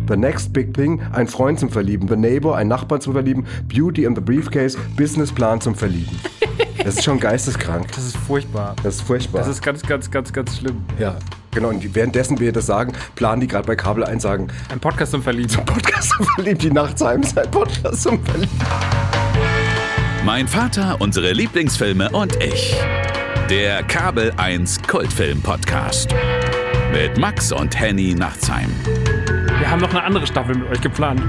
The Next Big Thing, ein Freund zum Verlieben. The Neighbor, ein Nachbarn zum Verlieben. Beauty and the Briefcase, Businessplan zum Verlieben. Das ist schon geisteskrank. Das ist furchtbar. Das ist furchtbar. Das ist ganz, ganz, ganz, ganz schlimm. Ja, genau. Und währenddessen wir das sagen, planen die gerade bei Kabel 1 sagen. Ein Podcast zum Verlieben. Podcast zum Verlieben, die Nachtsheim, ein Podcast zum Verlieben. Mein Vater, unsere Lieblingsfilme und ich. Der Kabel 1 Kultfilm-Podcast. Mit Max und Henny Nachtsheim. Wir haben noch eine andere Staffel mit euch geplant.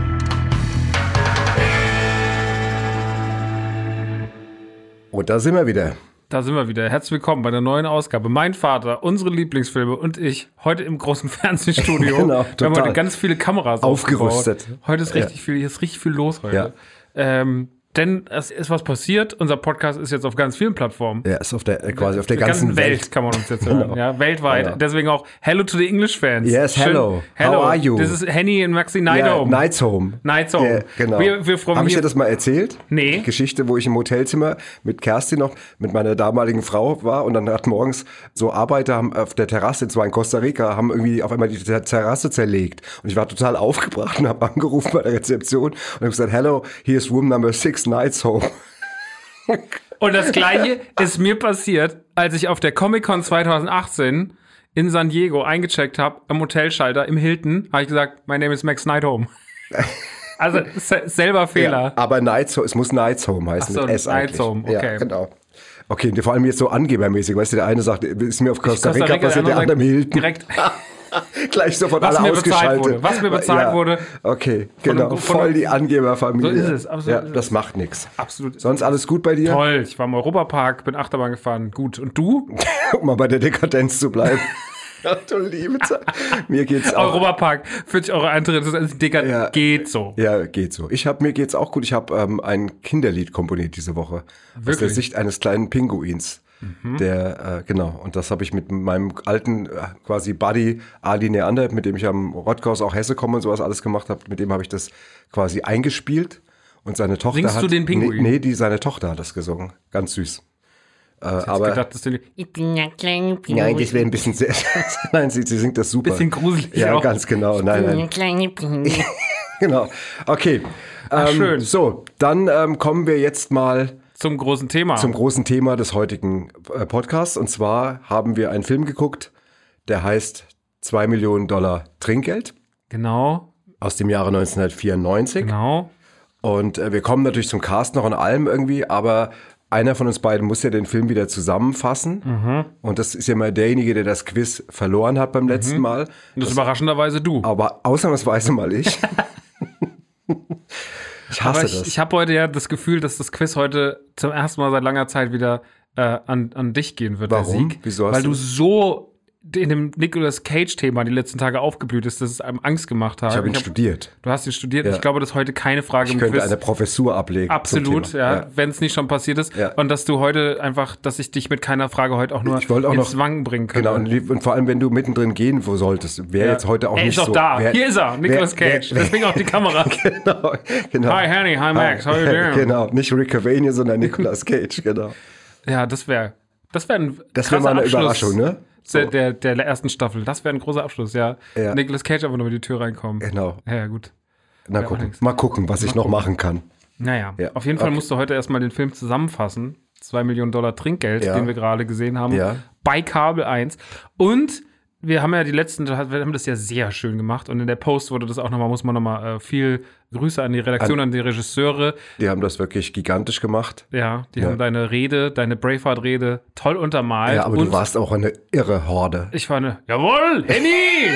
Und da sind wir wieder. Da sind wir wieder. Herzlich willkommen bei der neuen Ausgabe. Mein Vater, unsere Lieblingsfilme und ich. Heute im großen Fernsehstudio. Genau, wir haben heute ganz viele Kameras aufgerüstet. Heute ist richtig viel, hier ist richtig viel los heute. Ja. Denn es ist was passiert. Unser Podcast ist jetzt auf ganz vielen Plattformen. Ja, ist auf der ganzen Welt kann man uns jetzt hören. Genau. Ja, weltweit. Genau. Deswegen auch Hello to the English Fans. Yes, hello. Hello. How are you? Das ist Henny und Maxi Neidhome. Nights Home. Nights Home. Ja, genau. Habe ich dir das mal erzählt? Nee. Die Geschichte, wo ich im Hotelzimmer mit Kerstin noch, mit meiner damaligen Frau war und dann hat morgens so Arbeiter haben auf der Terrasse, zwar in Costa Rica, haben irgendwie auf einmal die Terrasse zerlegt. Und ich war total aufgebracht und habe angerufen bei der Rezeption und habe gesagt, hello, here is room number 6, Nights Home. Und das Gleiche ist mir passiert, als ich auf der Comic-Con 2018 in San Diego eingecheckt habe, am Hotelschalter im Hilton, habe ich gesagt, my name is Max Neidhome. Also selber Fehler. Ja, aber Nights Home, es muss Nights Home heißen. Ach so, mit S Nights Home, okay. Ja, genau. Okay, vor allem jetzt so angebermäßig, weißt du, der eine sagt, ist mir auf Costa Rica passiert, der andere im Hilton. Direkt. Gleich sofort was alle mir ausgeschaltet. Was mir bezahlt wurde. Okay, genau. Voll die Angeberfamilie. So ist es. Absolut. Ja, das macht nichts. Absolut. Sonst alles gut bei dir? Toll. Ich war im Europapark, bin Achterbahn gefahren. Gut. Und du? Um mal bei der Dekadenz zu bleiben. Ja, du liebe Zeit. Mir geht's auch. Europapark, 40 € Eintritt, das ist Dicker, geht so. Ja, geht so. Mir geht's auch gut. Ich habe ein Kinderlied komponiert diese Woche. Wirklich? Aus der Sicht eines kleinen Pinguins. Der, genau, und das habe ich mit meinem alten quasi Buddy Ali Neander, mit dem ich am Rottgau auch Hesse komme und sowas alles gemacht habe, mit dem habe ich das quasi eingespielt und seine Tochter Singst du den Pinguin? Nee, seine Tochter hat das gesungen, ganz süß. Aber gedacht, dass Ich bin ja kleine Pinguin. nein, das wäre ein bisschen sehr, nein, sie singt das super. Bisschen gruselig Ja, auch. ganz genau, Ich bin ja nein. kleine Pinguin. Genau, okay. Schön. So, dann kommen wir jetzt mal zum großen Thema. zum großen Thema des heutigen Podcasts. Und zwar haben wir einen Film geguckt, der heißt $2 Millionen Trinkgeld Genau. aus dem Jahre 1994. Genau. Und wir kommen natürlich zum Cast noch in allem irgendwie, aber einer von uns beiden muss ja den Film wieder zusammenfassen. Und das ist ja mal derjenige, der das Quiz verloren hat beim letzten Mal. Und das ist überraschenderweise du. Aber ausnahmsweise mal ich. Ich hasse das. Ich habe heute ja das Gefühl, dass das Quiz heute zum ersten Mal seit langer Zeit wieder an dich gehen wird, Warum? der Sieg. Wieso hast Weil du du so in dem Nicolas Cage-Thema die letzten Tage aufgeblüht ist, dass es einem Angst gemacht hat. Ich habe ihn studiert. Du hast ihn studiert. Ja. Ich glaube, dass heute keine Frage Ich im könnte Quiz. eine Professur ablegen. Absolut, zum Thema. ja. Wenn es nicht schon passiert ist. Ja. Und dass du heute einfach, dass ich dich mit keiner Frage heute auch nur Ich wollte auch ins noch- Wanken bringen könnte. Genau, und vor allem, wenn du mittendrin gehen solltest, wäre jetzt heute auch Er nicht ist so. auch da. Hier ist er, Nicolas Cage. Deswegen auch die Kamera. genau. Hi, Henny. Hi, Max. How you doing? Genau, nicht Rick Cavani, sondern Nicolas Cage, genau. Ja, das wäre ein Das wäre krasser mal eine Abschluss Überraschung, ne? So. der ersten Staffel. Das wäre ein großer Abschluss, ja. Ja. Nicolas Cage einfach nur über die Tür reinkommen. Genau. Ja, gut. Na Ja, auch gucken. nix. Mal gucken, was ich noch machen kann. Naja, Ja. auf jeden Fall Okay. musst du heute erstmal den Film zusammenfassen. $2 Millionen Trinkgeld, Ja. den wir gerade gesehen haben. Ja. Bei Kabel 1. Und wir haben ja wir haben das ja sehr schön gemacht. Und in der Post wurde das auch nochmal, muss man nochmal viel Grüße an die Redaktion, an die Regisseure. Die haben das wirklich gigantisch gemacht. Ja, die Ja. haben deine Braveheart-Rede toll untermalt. Ja, aber und du warst auch eine irre Horde. ich war jawohl, Henny!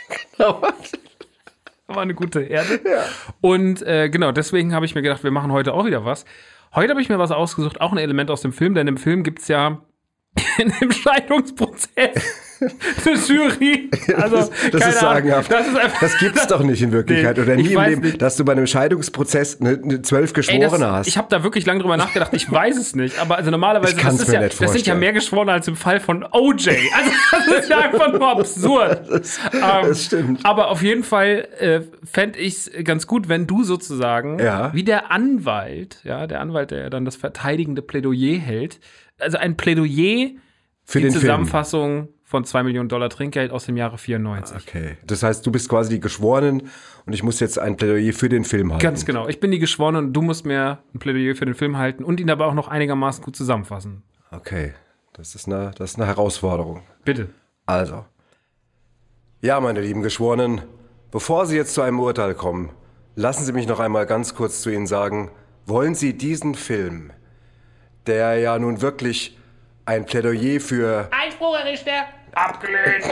War eine gute Erde. Ja. Und genau, deswegen habe ich mir gedacht, wir machen heute auch wieder was. Heute habe ich mir was ausgesucht, auch ein Element aus dem Film, denn im Film gibt es ja in dem Scheidungsprozess eine Jury. Also, das keine ist sagenhaft. Ahnung, das ist einfach, Das gibt's doch nicht in Wirklichkeit. Nee, Oder ich nie im weiß Leben, nicht. dass du bei einem Scheidungsprozess eine 12 Geschworene hast. Ich habe da wirklich lange drüber nachgedacht. Ich weiß es nicht. Aber also normalerweise, Ich kann's das, ist mir ja, nicht das sind ja vorstellen. mehr Geschworene als im Fall von OJ. Also das ist ja einfach nur absurd. Das stimmt. Aber auf jeden Fall fände ich es ganz gut, wenn du sozusagen Ja. wie der Anwalt, der ja dann das verteidigende Plädoyer hält, also ein Plädoyer Für die den Film. Zusammenfassung von $2 Millionen Trinkgeld aus dem Jahre 94. Okay. Das heißt, du bist quasi die Geschworenen und ich muss jetzt ein Plädoyer für den Film halten. Ganz genau. Ich bin die Geschworene und du musst mir ein Plädoyer für den Film halten und ihn aber auch noch einigermaßen gut zusammenfassen. Okay. Das ist eine Herausforderung. Bitte. Also. Ja, meine lieben Geschworenen, bevor Sie jetzt zu einem Urteil kommen, lassen Sie mich noch einmal ganz kurz zu Ihnen sagen, wollen Sie diesen Film, der ja nun wirklich ein Plädoyer für... Einspruch, Herr Richter. Abgelehnt.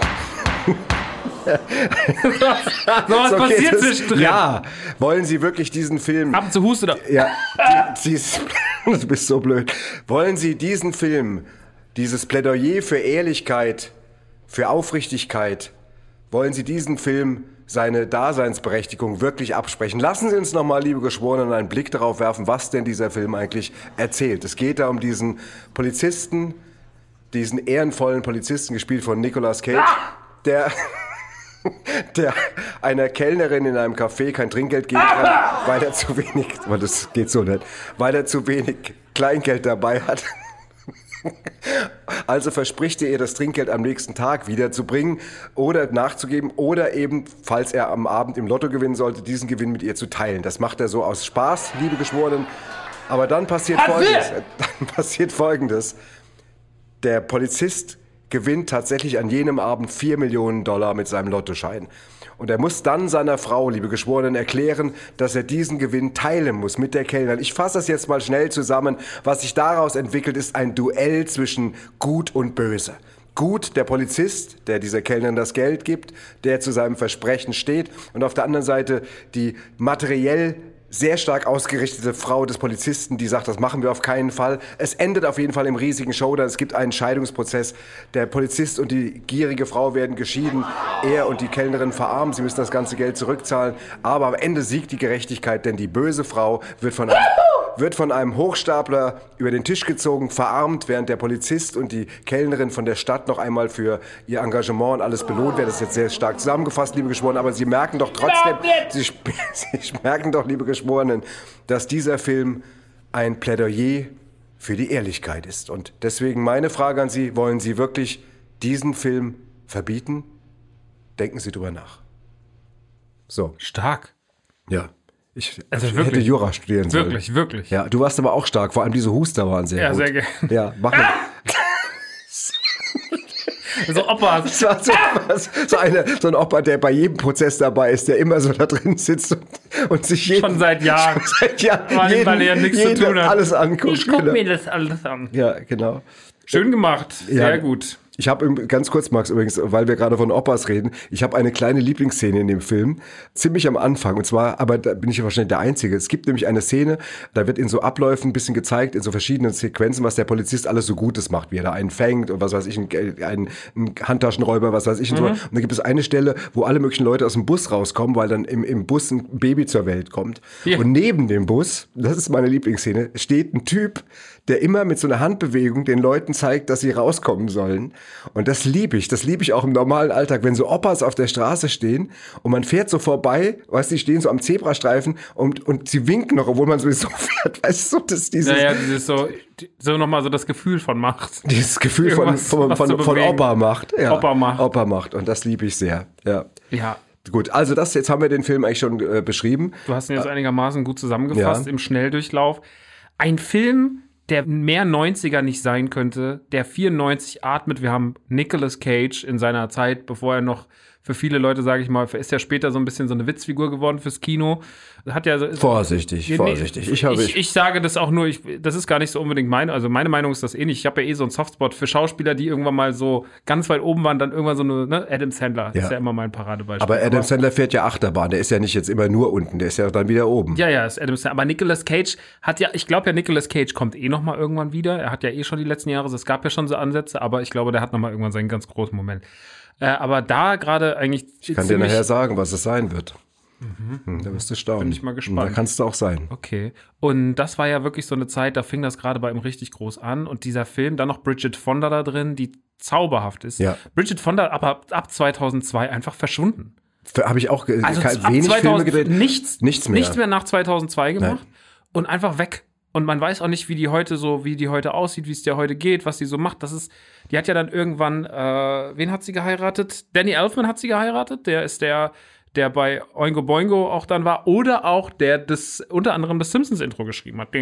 Was passiert zwischendrin? Ja, wollen Sie wirklich diesen Film... Ab zu Huste da. Ja, du bist so blöd. Wollen Sie diesen Film, dieses Plädoyer für Ehrlichkeit, für Aufrichtigkeit, wollen Sie diesen Film seine Daseinsberechtigung wirklich absprechen? Lassen Sie uns nochmal, liebe Geschworenen, einen Blick darauf werfen, was denn dieser Film eigentlich erzählt. Es geht da um diesen Polizisten, diesen ehrenvollen Polizisten, gespielt von Nicolas Cage, der einer Kellnerin in einem Café kein Trinkgeld geben kann, weil er zu wenig, weil das geht so nicht, weil er zu wenig Kleingeld dabei hat. Also verspricht er ihr, das Trinkgeld am nächsten Tag wiederzubringen oder nachzugeben oder eben, falls er am Abend im Lotto gewinnen sollte, diesen Gewinn mit ihr zu teilen. Das macht er so aus Spaß, liebe Geschworenen. Aber dann passiert Folgendes. Der Polizist gewinnt tatsächlich an jenem Abend $4 Millionen mit seinem Lottoschein. Und er muss dann seiner Frau, liebe Geschworenen, erklären, dass er diesen Gewinn teilen muss mit der Kellnerin. Ich fasse das jetzt mal schnell zusammen. Was sich daraus entwickelt, ist ein Duell zwischen Gut und Böse. Gut, der Polizist, der dieser Kellnerin das Geld gibt, der zu seinem Versprechen steht. Und auf der anderen Seite die materiell sehr stark ausgerichtete Frau des Polizisten, die sagt, das machen wir auf keinen Fall. Es endet auf jeden Fall im riesigen Showdown. Es gibt einen Scheidungsprozess. Der Polizist und die gierige Frau werden geschieden. Er und die Kellnerin verarmen. Sie müssen das ganze Geld zurückzahlen. Aber am Ende siegt die Gerechtigkeit, denn die böse Frau wird von einem Hochstapler über den Tisch gezogen, verarmt, während der Polizist und die Kellnerin von der Stadt noch einmal für ihr Engagement und alles belohnt werden. Das ist jetzt sehr stark zusammengefasst, liebe Geschworenen, aber Sie merken doch trotzdem, Sie merken doch, liebe Geschworenen, dass dieser Film ein Plädoyer für die Ehrlichkeit ist. Und deswegen meine Frage an Sie, wollen Sie wirklich diesen Film verbieten? Denken Sie drüber nach. So. Stark. Ja. Ich wirklich, hätte Jura studieren sollen. Wirklich. Ja, du warst aber auch stark. Vor allem diese Huster waren sehr gut. Ja, sehr gerne. Ja, mach mal. So Opa. Das war so ein Opa, der bei jedem Prozess dabei ist, der immer so da drin sitzt und sich schon seit Jahren weil er nichts zu tun hat. Alles anguckt. Ich guck mir das alles an. Ja, genau. Schön gemacht. Sehr gut. Ich habe ganz kurz, Max, übrigens, weil wir gerade von Opas reden, ich habe eine kleine Lieblingsszene in dem Film, ziemlich am Anfang. Und zwar, aber da bin ich wahrscheinlich der Einzige. Es gibt nämlich eine Szene, da wird in so Abläufen ein bisschen gezeigt, in so verschiedenen Sequenzen, was der Polizist alles so Gutes macht, wie er da einen fängt und was weiß ich, einen Handtaschenräuber, was weiß ich und so. Und da gibt es eine Stelle, wo alle möglichen Leute aus dem Bus rauskommen, weil dann im Bus ein Baby zur Welt kommt. Ja. Und neben dem Bus, das ist meine Lieblingsszene, steht ein Typ, der immer mit so einer Handbewegung den Leuten zeigt, dass sie rauskommen sollen. Und das liebe ich. Das liebe ich auch im normalen Alltag, wenn so Opas auf der Straße stehen und man fährt so vorbei, weißt du, die stehen so am Zebrastreifen und sie winken noch, obwohl man sowieso fährt. Weißt du, das ist dieses... Naja, dieses so nochmal so das Gefühl von Macht. Dieses Gefühl von Opa Macht. Ja, Opa Macht. Und das liebe ich sehr. Ja. Gut, also jetzt haben wir den Film eigentlich schon beschrieben. Du hast ihn jetzt einigermaßen gut zusammengefasst im Schnelldurchlauf. Ein Film, der mehr 90er nicht sein könnte, der 94 atmet. Wir haben Nicolas Cage in seiner Zeit, bevor er noch für viele Leute, sage ich mal, ist ja später so ein bisschen so eine Witzfigur geworden fürs Kino. Hat ja vorsichtig. Ich sage das auch nur, das ist gar nicht so unbedingt meine Meinung ist das eh nicht. Ich habe ja so einen Softspot für Schauspieler, die irgendwann mal so ganz weit oben waren, dann irgendwann so eine, Adam Sandler ist ja immer mein Paradebeispiel. Aber Adam Sandler fährt ja Achterbahn, der ist ja nicht jetzt immer nur unten, der ist ja dann wieder oben. Ja, ist Adam Sandler. Aber Nicolas Cage ich glaube ja, Nicolas Cage kommt noch mal irgendwann wieder. Er hat ja schon die letzten Jahre, es gab ja schon so Ansätze, aber ich glaube, der hat noch mal irgendwann seinen ganz großen Moment. Aber da gerade eigentlich... Ich kann dir nachher sagen, was es sein wird. Da wirst du staunen. Bin ich mal gespannt. Da kannst du auch sein. Okay. Und das war ja wirklich so eine Zeit, da fing das gerade bei ihm richtig groß an. Und dieser Film, dann noch Bridget Fonda da drin, die zauberhaft ist. Ja. Bridget Fonda aber ab 2002 einfach verschwunden. Habe ich auch wenig 2000, Filme gedreht. Nichts mehr. Nichts mehr nach 2002 gemacht und einfach weg. Und man weiß auch nicht, wie die heute aussieht, wie es der heute geht, was die so macht. Die hat ja dann irgendwann, wen hat sie geheiratet? Danny Elfman hat sie geheiratet. Der ist der bei Oingo Boingo auch dann war, oder auch der unter anderem das Simpsons-Intro geschrieben hat.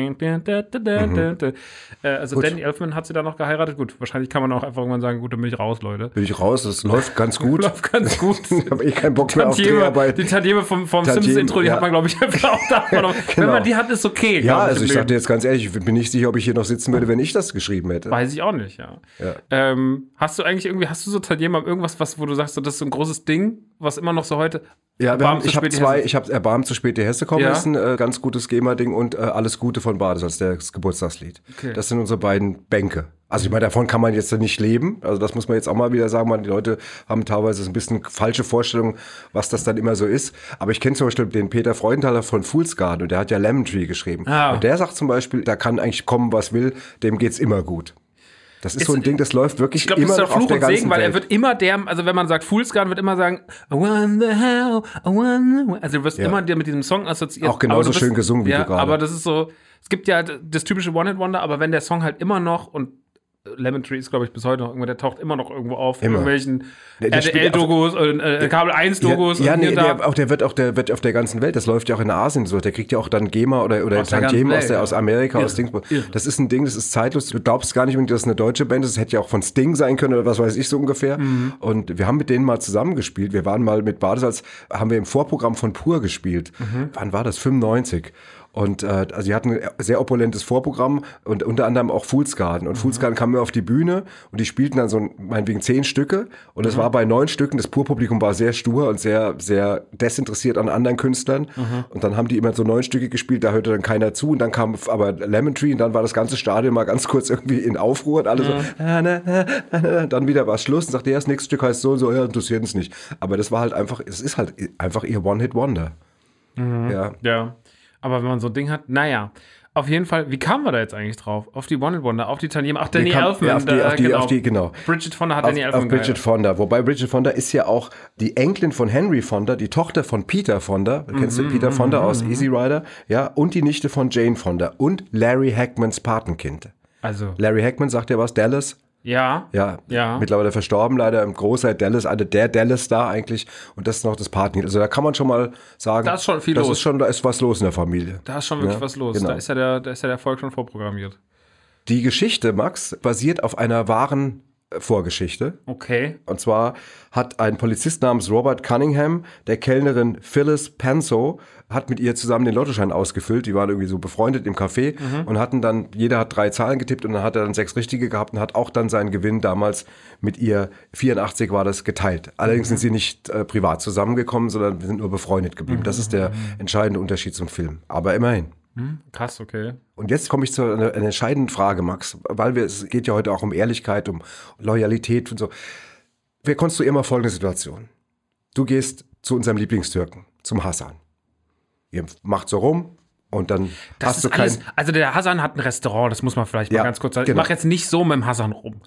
Also Danny Elfman hat sie dann noch geheiratet. Gut, wahrscheinlich kann man auch einfach irgendwann sagen, gut, dann bin ich raus, Leute. Bin ich raus, das läuft ganz gut. Läuft ganz gut. Ich habe keinen Bock mehr auf Dreharbeit. Die Tantieme vom Simpsons-Intro, die hat man, glaube ich, einfach auch davon. Genau. Wenn man die hat, ist okay. Ja, also ich sag dir jetzt ganz ehrlich, ich bin nicht sicher, ob ich hier noch sitzen würde, wenn ich das geschrieben hätte. Weiß ich auch nicht, ja. Hast du so Tantieme irgendwas, wo du sagst, so, das ist so ein großes Ding, was immer noch so heute... Ja, ich habe Erbarmt zu spät die Hesse kommen lassen, ganz gutes GEMA-Ding und Alles Gute von Badesalz, das Geburtstagslied. Okay. Das sind unsere beiden Bänke. Also ich meine, davon kann man jetzt nicht leben, also das muss man jetzt auch mal wieder sagen, die Leute haben teilweise so ein bisschen falsche Vorstellungen, was das dann immer so ist. Aber ich kenne zum Beispiel den Peter Freudenthaler von Fool's Garden und der hat ja Lemon Tree geschrieben. Und der sagt zum Beispiel, da kann eigentlich kommen, was will, dem geht's immer gut. Das ist so ein Ding, das läuft wirklich immer noch auf der ganzen Welt. Weil er wird immer also wenn man sagt Fool's Garden, wird immer sagen, I wonder how, I wonder... Also du wirst immer dir mit diesem Song assoziiert. Auch genauso schön gesungen wie du gerade. Aber das ist so, es gibt ja das typische One-Hit-Wonder, aber wenn der Song halt immer noch, und Lemon Tree ist, glaube ich, bis heute noch irgendwo, der taucht immer noch irgendwo auf, in irgendwelchen RTL-Dogos und Kabel-1-Dogos. Ja, der wird auf der ganzen Welt, das läuft ja auch in Asien so, der kriegt ja auch dann GEMA oder Tantiemen aus Amerika, aus Dingsburg. Das ist ein Ding, das ist zeitlos, du glaubst gar nicht, dass es eine deutsche Band ist, das hätte ja auch von Sting sein können oder was weiß ich so ungefähr. Und wir haben mit denen mal zusammengespielt, wir waren mal mit Badesalz, haben wir im Vorprogramm von Pur gespielt. Wann war das? 95. Und also sie hatten ein sehr opulentes Vorprogramm und unter anderem auch Fool's Garden. Und Fool's Garden kam mir auf die Bühne und die spielten dann so meinetwegen 10 Stücke. Und es war bei 9 Stücken, das Purpublikum war sehr stur und sehr, sehr desinteressiert an anderen Künstlern. Und dann haben die immer so 9 Stücke gespielt, da hörte dann keiner zu. Und dann kam aber Lemon Tree und dann war das ganze Stadion mal ganz kurz irgendwie in Aufruhr und alle so, dann wieder war Schluss und sagte, das nächste Stück heißt so und so, ja, interessiert uns nicht. Aber das war halt einfach, es ist halt einfach ihr One-Hit-Wonder. Ja. Aber wenn man so ein Ding hat, naja, auf jeden Fall, wie kamen wir da jetzt eigentlich drauf? Auf die One-Hit-Wonder, auf die Tantieme, auf Danny Elfman. Genau. Bridget Fonda hat Danny Elfman auf Bridget Fonda, wobei Bridget Fonda ist ja auch die Enkelin von Henry Fonda, die Tochter von Peter Fonda, kennst du Peter Fonda aus Easy Rider, ja, und die Nichte von Jane Fonda und Larry Hagmans Patenkind. Also. Larry Hagman, sagt ja was, Dallas? Ja. Mittlerweile verstorben, leider im Großteil Dallas, der Dallas-Star eigentlich. Und das ist noch das Patenkind. Also da kann man schon mal sagen, da ist schon viel los. Da ist was los in der Familie. Da ist schon wirklich was los. Genau. Da ist ja der Erfolg schon vorprogrammiert. Die Geschichte, Max, basiert auf einer wahren Vorgeschichte. Okay. Und zwar hat ein Polizist namens Robert Cunningham der Kellnerin Phyllis Penso hat mit ihr zusammen den Lottoschein ausgefüllt. Die waren irgendwie so befreundet im Café und hatten dann, jeder hat 3 Zahlen getippt und dann hat er dann 6 richtige gehabt und hat auch dann seinen Gewinn damals mit ihr, 84 war das, geteilt. Allerdings sind sie nicht privat zusammengekommen, sondern sind nur befreundet geblieben. Das ist der entscheidende Unterschied zum Film. Aber immerhin. Krass, okay. Und jetzt komme ich zu einer entscheidenden Frage, Max, weil es geht ja heute auch um Ehrlichkeit, um Loyalität und so. Wir konstruieren mal folgende Situation. Du gehst zu unserem Lieblingstürken, zum Hasan. Ihr macht so rum und dann hast du kein... Also der Hasan hat ein Restaurant, das muss man vielleicht mal ganz kurz sagen. Genau. Ich mache jetzt nicht so mit dem Hasan rum.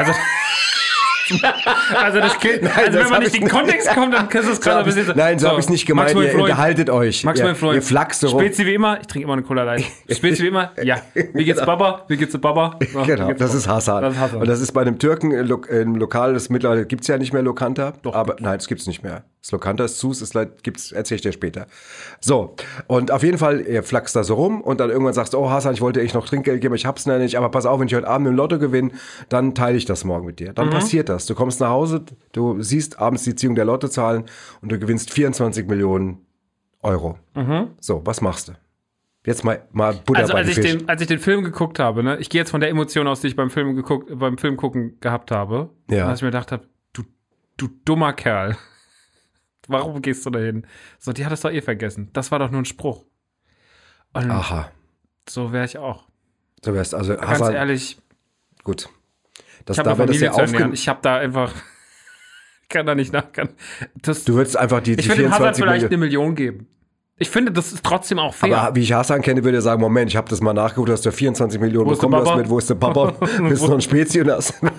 Also wenn man nicht in den Kontext kommt, dann kannst du es gerade ein bisschen... Nein, so habe ich es nicht gemeint. Ihr unterhaltet euch. Ihr flachst so rum. Spezi wie immer. Ich trinke immer eine Cola Light. Spezi wie immer. Ja. Wie geht's Baba? Wie geht's Baba? So, genau, das ist Hasan. Und das ist bei einem Türken im Lokal, das mittlerweile gibt es ja nicht mehr Lokanta. Doch. Aber nein, das gibt es nicht mehr. Das Lokanta ist zu, erzähle ich dir später. So, und auf jeden Fall, ihr flachst da so rum und dann irgendwann sagst du, oh Hasan, ich wollte echt noch Trinkgeld geben, ich hab's noch nicht, aber pass auf, wenn ich heute Abend im Lotto gewinne, dann teile ich das morgen mit dir. Dann passiert das. Du kommst nach Hause, du siehst abends die Ziehung der Lottozahlen und du gewinnst 24 Millionen Euro. So, was machst du? Jetzt mal Butter also bei den Fisch. Als ich den Film geguckt habe, ne, ich gehe jetzt von der Emotion aus, die ich beim Film gucken gehabt habe, als ich mir gedacht habe, du dummer Kerl. Warum gehst du da hin? So, die hat es doch vergessen. Das war doch nur ein Spruch. Und aha. So wäre ich auch. Du wärst also ganz Hasan, ehrlich. Gut. Ich habe eine Familie zu ernähren. Ich habe da einfach... Ich kann da nicht nachgehen. Du würdest einfach die Ich würde dem Hasan vielleicht 1 Million geben. Ich finde, das ist trotzdem auch fair. Aber wie ich Hassan kenne, würde er sagen, Moment, ich habe das mal nachgeguckt, dass du 24 Millionen Wo ist der bekommen hast Papa? mit, wo ist der Papa? Bist du noch ein Spezi und hast... und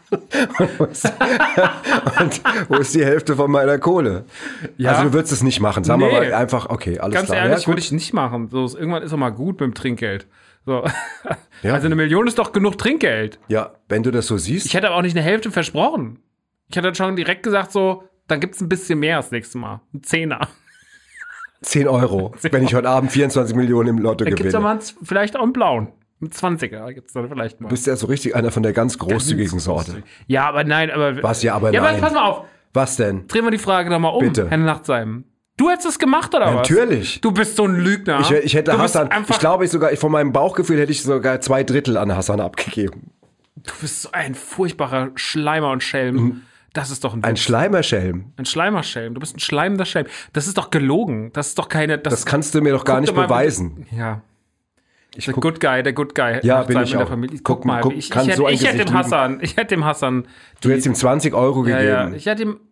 wo ist die Hälfte von meiner Kohle? Ja. Also du würdest es nicht machen. Sagen wir Nee. mal einfach, okay, alles Ganz klar. ehrlich, Ja, würde gut. ich nicht machen. So, irgendwann ist auch mal gut mit dem Trinkgeld. So. Ja. Also 1 Million ist doch genug Trinkgeld. Ja, wenn du das so siehst. Ich hätte aber auch nicht eine Hälfte versprochen. Ich hätte schon direkt gesagt so, dann gibt's ein bisschen mehr das nächste Mal. Ein Zehner. 10 Euro, wenn ich heute Abend 24 Millionen im Lotto Dann gibt's doch gewinne. mal vielleicht auch einen blauen. Ein 20er gibt's dann vielleicht mal. Du bist ja so richtig einer von der ganz großzügigen Sorte. Ja, aber nein, aber... Was, ja, aber ja, nein. aber pass mal auf. Was denn? Drehen wir die Frage doch mal um, Bitte. Herr Nachtsheim. Du hättest es gemacht, oder was? Natürlich. Du bist so ein Lügner. Ich hätte du bist Hassan, einfach, ich glaube von meinem Bauchgefühl hätte ich sogar 2/3 an Hassan abgegeben. Du bist so ein furchtbarer Schleimer und Schelm. Das ist doch Ein Witz. Schleimerschelm. Ein Schleimerschelm. Du bist ein schleimender Schelm. Das ist doch gelogen. Das ist doch keine... Das kannst du mir doch gar Guck nicht doch mal, beweisen. Ja. Der Good Guy. Ja, Nachtsheim bin ich in der auch. Familie. Guck mal, ich kann so ein hätte Gesicht dem Hassan... Du hättest ihm 20 Euro Ja, gegeben. ja. Ich hätte ihm...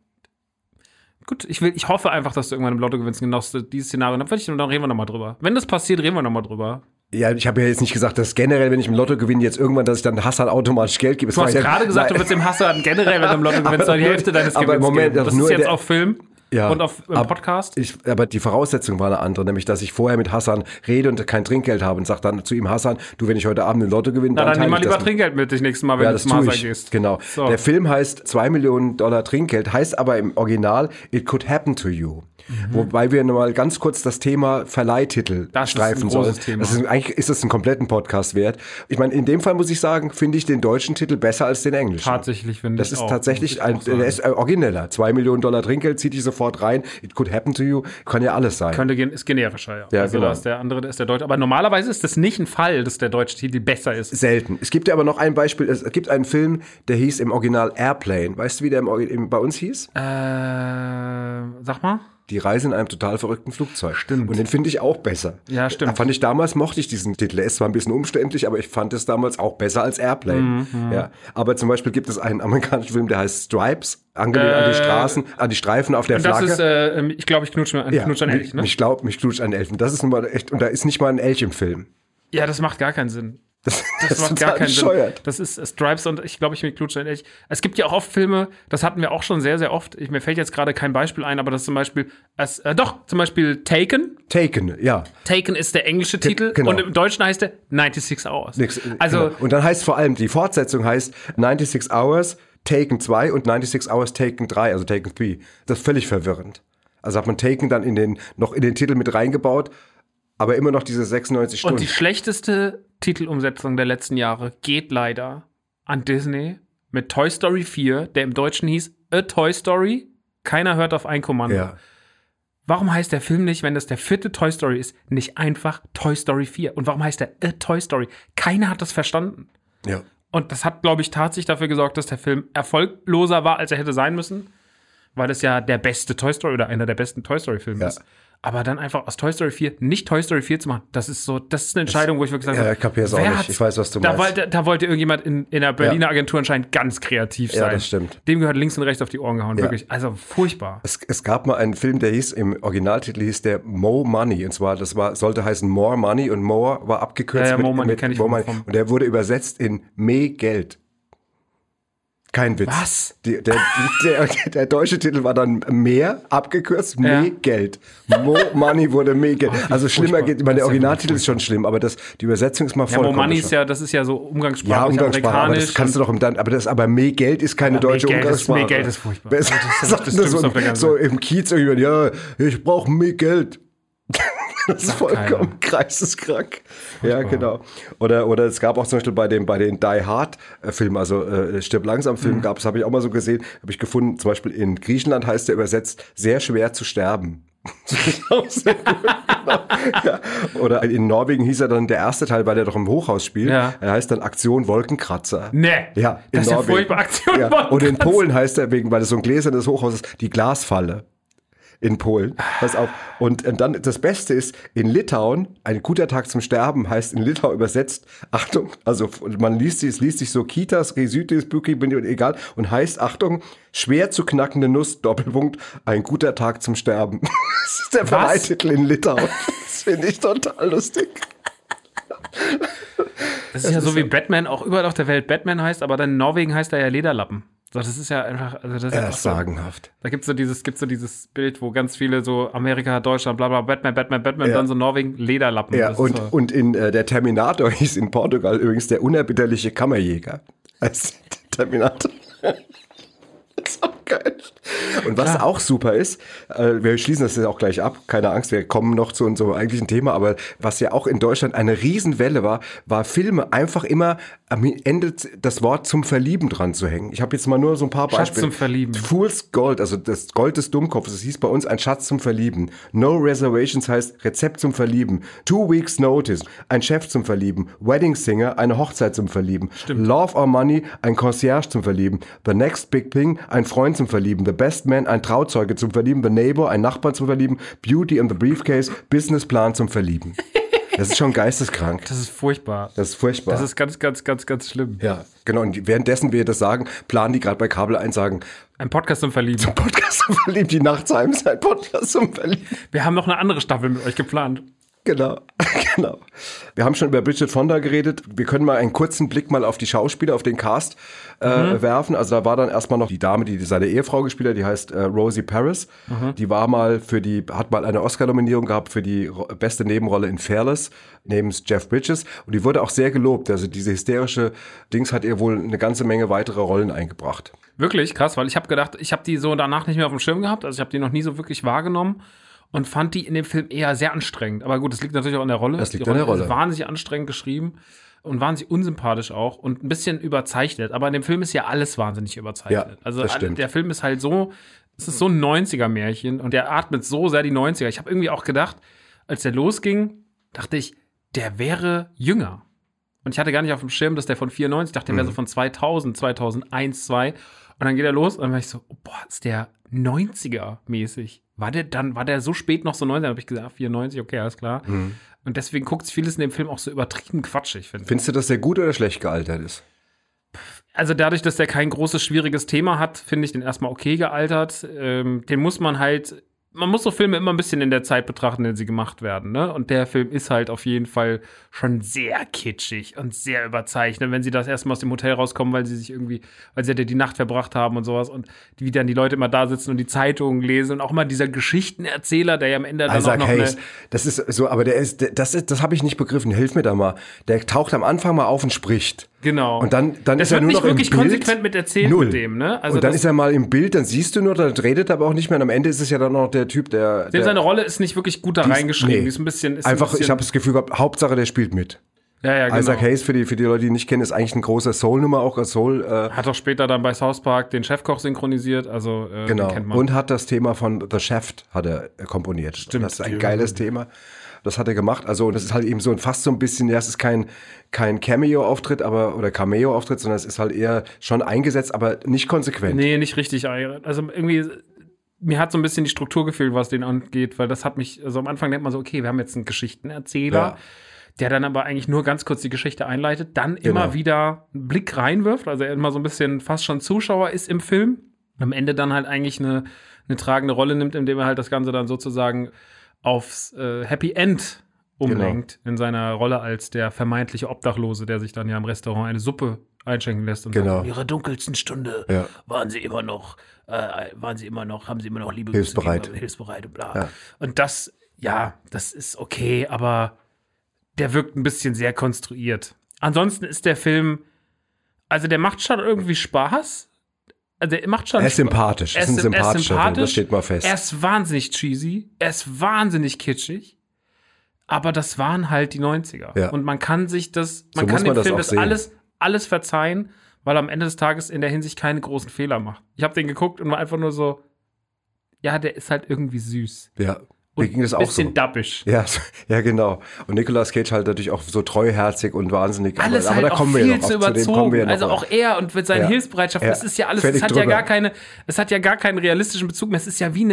Gut, ich hoffe einfach, dass du irgendwann im Lotto gewinnst, genau dieses Szenario. Und dann reden wir nochmal drüber. Wenn das passiert, reden wir nochmal drüber. Ja, ich habe ja jetzt nicht gesagt, dass generell, wenn ich im Lotto gewinne, jetzt irgendwann, dass ich dann Hassan automatisch Geld gebe. Du hast gerade gesagt, du würdest dem Hassan generell, wenn du im Lotto gewinnst, die Hälfte deines aber Gewinns Moment, geben. Das nur ist jetzt der- auf Film Ja. und auf Podcast. Aber die Voraussetzung war eine andere, nämlich, dass ich vorher mit Hassan rede und kein Trinkgeld habe und sage dann zu ihm, Hassan, du, wenn ich heute Abend im Lotto gewinne, Na, dann teile nimm mal ich das lieber mit. Trinkgeld mit dich nächstes Mal, wenn Ja, du das zum tue Hassan ich. gehst. Genau. So. Der Film heißt 2 Millionen Dollar Trinkgeld, heißt aber im Original It Could Happen to You. Wobei wir nochmal ganz kurz das Thema Verleihtitel Das ist streifen ein sollen. großes Thema. Eigentlich ist es einen kompletten Podcast wert. Ich meine, in dem Fall muss ich sagen, finde ich den deutschen Titel besser als den englischen. Tatsächlich finde ich Das ist auch. tatsächlich, Muss ich auch der ist origineller. 2 Millionen Dollar Trinkgeld, zieht dich sofort rein. It could happen to you. Kann ja alles sein. Ist generischer, ja. Ja, Also genau. da ist der andere, da ist der deutsche. Aber normalerweise ist das nicht ein Fall, dass der deutsche Titel besser ist. Selten. Es gibt ja aber noch ein Beispiel. Es gibt einen Film, der hieß im Original Airplane. Weißt du, wie der bei uns hieß? Sag mal. Die Reise in einem total verrückten Flugzeug. Stimmt. Und den finde ich auch besser. Ja, stimmt. Mochte ich diesen Titel. Er ist zwar ein bisschen umständlich, aber ich fand es damals auch besser als Airplane. Mhm, Ja. Aber zum Beispiel gibt es einen amerikanischen Film, der heißt Stripes, angelehnt an die Straßen, an die Streifen auf der Und das Flagge. ist, ich glaube, ich knutsche ein Elch, ne? Mich knutscht ein Elch. Und das ist nun mal echt, und da ist nicht mal ein Elch im Film. Ja, das macht gar keinen Sinn. Das Das macht gar total keinen Sinn. bescheuert. Das ist Stripes und ich glaube, ich mit Klutsche echt. Es gibt ja auch oft Filme, das hatten wir auch schon sehr, sehr oft. Mir fällt jetzt gerade kein Beispiel ein, aber das zum Beispiel, zum Beispiel Taken. Taken, ja. Taken ist der englische Titel genau. und im Deutschen heißt er 96 Hours. Also, Also, und dann heißt vor allem, die Fortsetzung heißt 96 Hours Taken 2 und 96 Hours Taken 3, also Taken 3. Das ist völlig verwirrend. Also hat man Taken dann in den Titel mit reingebaut, aber immer noch diese 96 Stunden. und die schlechteste Titelumsetzung der letzten Jahre geht leider an Disney mit Toy Story 4, der im Deutschen hieß A Toy Story. Keiner hört auf ein Kommando. ja. Warum heißt der Film nicht, wenn das der 4. Toy Story ist, nicht einfach Toy Story 4? Und warum heißt der A Toy Story? Keiner hat das verstanden. Ja. Und das hat, glaube ich, tatsächlich dafür gesorgt, dass der Film erfolgloser war, als er hätte sein müssen. Weil es ja der beste Toy Story oder einer der besten Toy Story Filme Ja. ist. Aber dann einfach aus Toy Story 4 nicht Toy Story 4 zu machen, das ist eine Entscheidung, wo ich wirklich sage, Ja, ich kapier's auch nicht. Ich weiß, was du da meinst. da wollte irgendjemand in der Berliner Agentur anscheinend ganz kreativ sein. Ja, das stimmt. Dem gehört links und rechts auf die Ohren gehauen, wirklich. Also furchtbar. Es gab mal einen Film, der hieß, im Originaltitel hieß der Mo Money. Und zwar, sollte heißen More Money und More war abgekürzt Ja, Mo Money kenn ich More Money. vom- Und der wurde übersetzt in Me Geld. Kein Witz. Was? Der deutsche Titel war dann mehr, abgekürzt, Ja. Me Geld. Mo Money wurde Me Geld. Also schlimmer furchtbar. geht, ich meine, Das der ist ja Originaltitel ist schon schlimm, aber die Übersetzung ist mal Ja, voll. Mo Money ist ja, das ist ja so umgangssprachlich, Ja, Umgangssprache, aber amerikanisch. das kannst du doch aber Me Geld ist keine deutsche Me Geld ist- Umgangssprache. Me Geld ist furchtbar. Wer Das ist sagt das das Dümmste auf der ganzen so im Kiez irgendwann, ja, ich brauche Me Geld. Das ist vollkommen geisteskrank. Ja, genau. Oder es gab auch zum Beispiel bei den Die Hard Filmen, also Stirb langsam Film gab es, habe ich auch mal so gesehen, habe ich gefunden, zum Beispiel in Griechenland heißt der übersetzt, sehr schwer zu sterben. Das ist auch sehr gut, genau. Ja. Oder in Norwegen hieß er dann der erste Teil, weil er doch im Hochhaus spielt. Ja. Er heißt dann Aktion Wolkenkratzer. Nee. Ja, in Das ist ja Norwegen. furchtbar. Aktion Ja. Und in Wolkenkratzer. Polen heißt er, weil es so ein gläsernes Hochhaus ist, die Glasfalle. in Polen. Pass auf. Und dann das Beste ist, in Litauen, ein guter Tag zum Sterben heißt in Litauen übersetzt, Achtung, also man liest sich so Kitas, Resütis, Büki, egal, und heißt, Achtung, schwer zu knackende Nuss, Doppelpunkt, ein guter Tag zum Sterben. Das ist der Verleihtitel in Litauen. Das finde ich total lustig. Das ist ja so wie Batman auch überall auf der Welt Batman heißt, aber dann in Norwegen heißt er ja Lederlappen. So, das ist ja einfach, also das ist ja sagenhaft. Da gibt's so dieses Bild, wo ganz viele so Amerika, Deutschland, bla bla, Batman, und dann so Norwegen, Lederlappen. Ja, und in der Terminator hieß in Portugal übrigens der unerbitterliche Kammerjäger als Terminator. Das ist auch geil. Und was auch super ist, wir schließen das jetzt auch gleich ab, keine Angst, wir kommen noch zu unserem eigentlichen Thema, aber was ja auch in Deutschland eine Riesenwelle war Filme einfach immer am Ende das Wort zum Verlieben dran zu hängen. Ich habe jetzt mal nur so ein paar Beispiele. Schatz zum Verlieben. Fool's Gold, also das Gold des Dummkopfes, das hieß bei uns ein Schatz zum Verlieben. No Reservations heißt Rezept zum Verlieben. 2 Weeks Notice, ein Chef zum Verlieben. Wedding Singer, eine Hochzeit zum Verlieben. Stimmt. Love or Money, ein Concierge zum Verlieben. The Next Big Thing, ein Freund zum Verlieben. The Best Man, ein Trauzeuge zum Verlieben. The Neighbor, ein Nachbar zum Verlieben. Beauty and the Briefcase, Businessplan zum Verlieben. Das ist schon geisteskrank. Das ist furchtbar. Das ist furchtbar. Das ist ganz, ganz, ganz, ganz schlimm. Ja, genau. Und währenddessen wir das sagen, planen die gerade bei Kabel 1 sagen, ein Podcast zum Verlieben. zum Podcast zum Verlieben, die Nachtheims, ein Podcast zum Verlieben. Wir haben noch eine andere Staffel mit euch geplant. Genau. Wir haben schon über Bridget Fonda geredet. Wir können mal einen kurzen Blick mal auf die Schauspieler, auf den Cast werfen. Also da war dann erstmal noch die Dame, die seine Ehefrau gespielt hat, die heißt Rosie Paris. Die war hat mal eine Oscar-Nominierung gehabt für die beste Nebenrolle in Fearless, neben Jeff Bridges. Und die wurde auch sehr gelobt. Also diese hysterische Dings hat ihr wohl eine ganze Menge weitere Rollen eingebracht. Wirklich krass, weil ich habe gedacht, ich habe die so danach nicht mehr auf dem Schirm gehabt. Also ich habe die noch nie so wirklich wahrgenommen. Und fand die in dem Film eher sehr anstrengend. Aber gut, das liegt natürlich auch an der Rolle. Das liegt an der Rolle. Ist wahnsinnig anstrengend geschrieben und wahnsinnig unsympathisch auch und ein bisschen überzeichnet. Aber in dem Film ist ja alles wahnsinnig überzeichnet. Ja, also das stimmt. Der Film ist halt so, es ist so ein 90er-Märchen und der atmet so sehr die 90er. Ich habe irgendwie auch gedacht, als der losging, dachte ich, der wäre jünger. Und ich hatte gar nicht auf dem Schirm, dass der von 94, ich dachte, der wäre so von 2000, 2001, 2002. Und dann geht er los und dann war ich so, oh, boah, ist der 90er-mäßig. War der so spät noch so 90? Dann habe ich gesagt, 94, okay, alles klar. Und deswegen guckt sich vieles in dem Film auch so übertrieben quatschig, finde ich. Findest du, dass der gut oder schlecht gealtert ist? Also dadurch, dass der kein großes, schwieriges Thema hat, finde ich den erstmal okay gealtert. Den muss man muss so Filme immer ein bisschen in der Zeit betrachten, in der sie gemacht werden, ne? Und der Film ist halt auf jeden Fall schon sehr kitschig und sehr überzeichnet, wenn sie das erstmal aus dem Hotel rauskommen, weil sie ja die Nacht verbracht haben und sowas und wie dann die Leute immer da sitzen und die Zeitungen lesen und auch mal dieser Geschichtenerzähler, der ja am Ende dann Isaac auch noch Hayes, das ist so, aber das habe ich nicht begriffen. Hilf mir da mal. Der taucht am Anfang mal auf und spricht. Genau. Und dann das ist er nur noch im Bild. Das wird nicht wirklich konsequent mit erzählt mit dem, ne? Also und dann ist er mal im Bild, dann siehst du nur, dann redet er aber auch nicht mehr. Und am Ende ist es ja dann noch der Typ, seine Rolle ist nicht wirklich gut da reingeschrieben. Die ist ein bisschen. Ich habe das Gefühl gehabt, Hauptsache der spielt mit. Ja, genau. Isaac Hayes, für die Leute, die ihn nicht kennen, ist eigentlich ein großer Soul-Nummer, auch als Soul. Hat auch später dann bei South Park den Chefkoch synchronisiert, also genau. Den kennt man. Und hat das Thema von The Chef hat er komponiert. Stimmt. Das ist ein geiles Thema. Das hat er gemacht. Also, und das ist halt eben so fast so ein bisschen, ja, es ist kein Cameo-Auftritt, oder Cameo-Auftritt, sondern es ist halt eher schon eingesetzt, aber nicht konsequent. Nee, nicht richtig. Also irgendwie, mir hat so ein bisschen die Struktur gefehlt, was den angeht, weil das hat mich, also am Anfang denkt man so, okay, wir haben jetzt einen Geschichtenerzähler, der dann aber eigentlich nur ganz kurz die Geschichte einleitet, dann immer wieder einen Blick reinwirft, also er immer so ein bisschen fast schon Zuschauer ist im Film, am Ende dann halt eigentlich eine tragende Rolle nimmt, indem er halt das Ganze dann sozusagen aufs Happy End umlenkt, in seiner Rolle als der vermeintliche Obdachlose, der sich dann ja im Restaurant eine Suppe einschenken lässt und sagt, in ihrer dunkelsten Stunde haben sie immer noch Liebe, hilfsbereit und bla. Ja. Und das ist okay, aber der wirkt ein bisschen sehr konstruiert. Ansonsten ist der Film, also der macht schon irgendwie Spaß. Also er macht schon Er ist sympathisch. Er ist sympathisch. Das steht mal fest. Er ist wahnsinnig cheesy. Er ist wahnsinnig kitschig. Aber das waren halt die 90er. Ja. Und man kann sich man kann dem Film das alles verzeihen, weil er am Ende des Tages in der Hinsicht keine großen Fehler macht. Ich habe den geguckt und war einfach nur so, ja, der ist halt irgendwie süß. Ja. Und ging das auch bisschen so. Dappisch. Ja, genau. Und Nicolas Cage halt natürlich auch so treuherzig und wahnsinnig. Alles aber halt da kommen auch wir viel noch. zu überzogen. Also auch er und mit seinen Hilfsbereitschaften, das ist ja alles, es hat ja gar keinen realistischen Bezug mehr. Es ist ja wie in einem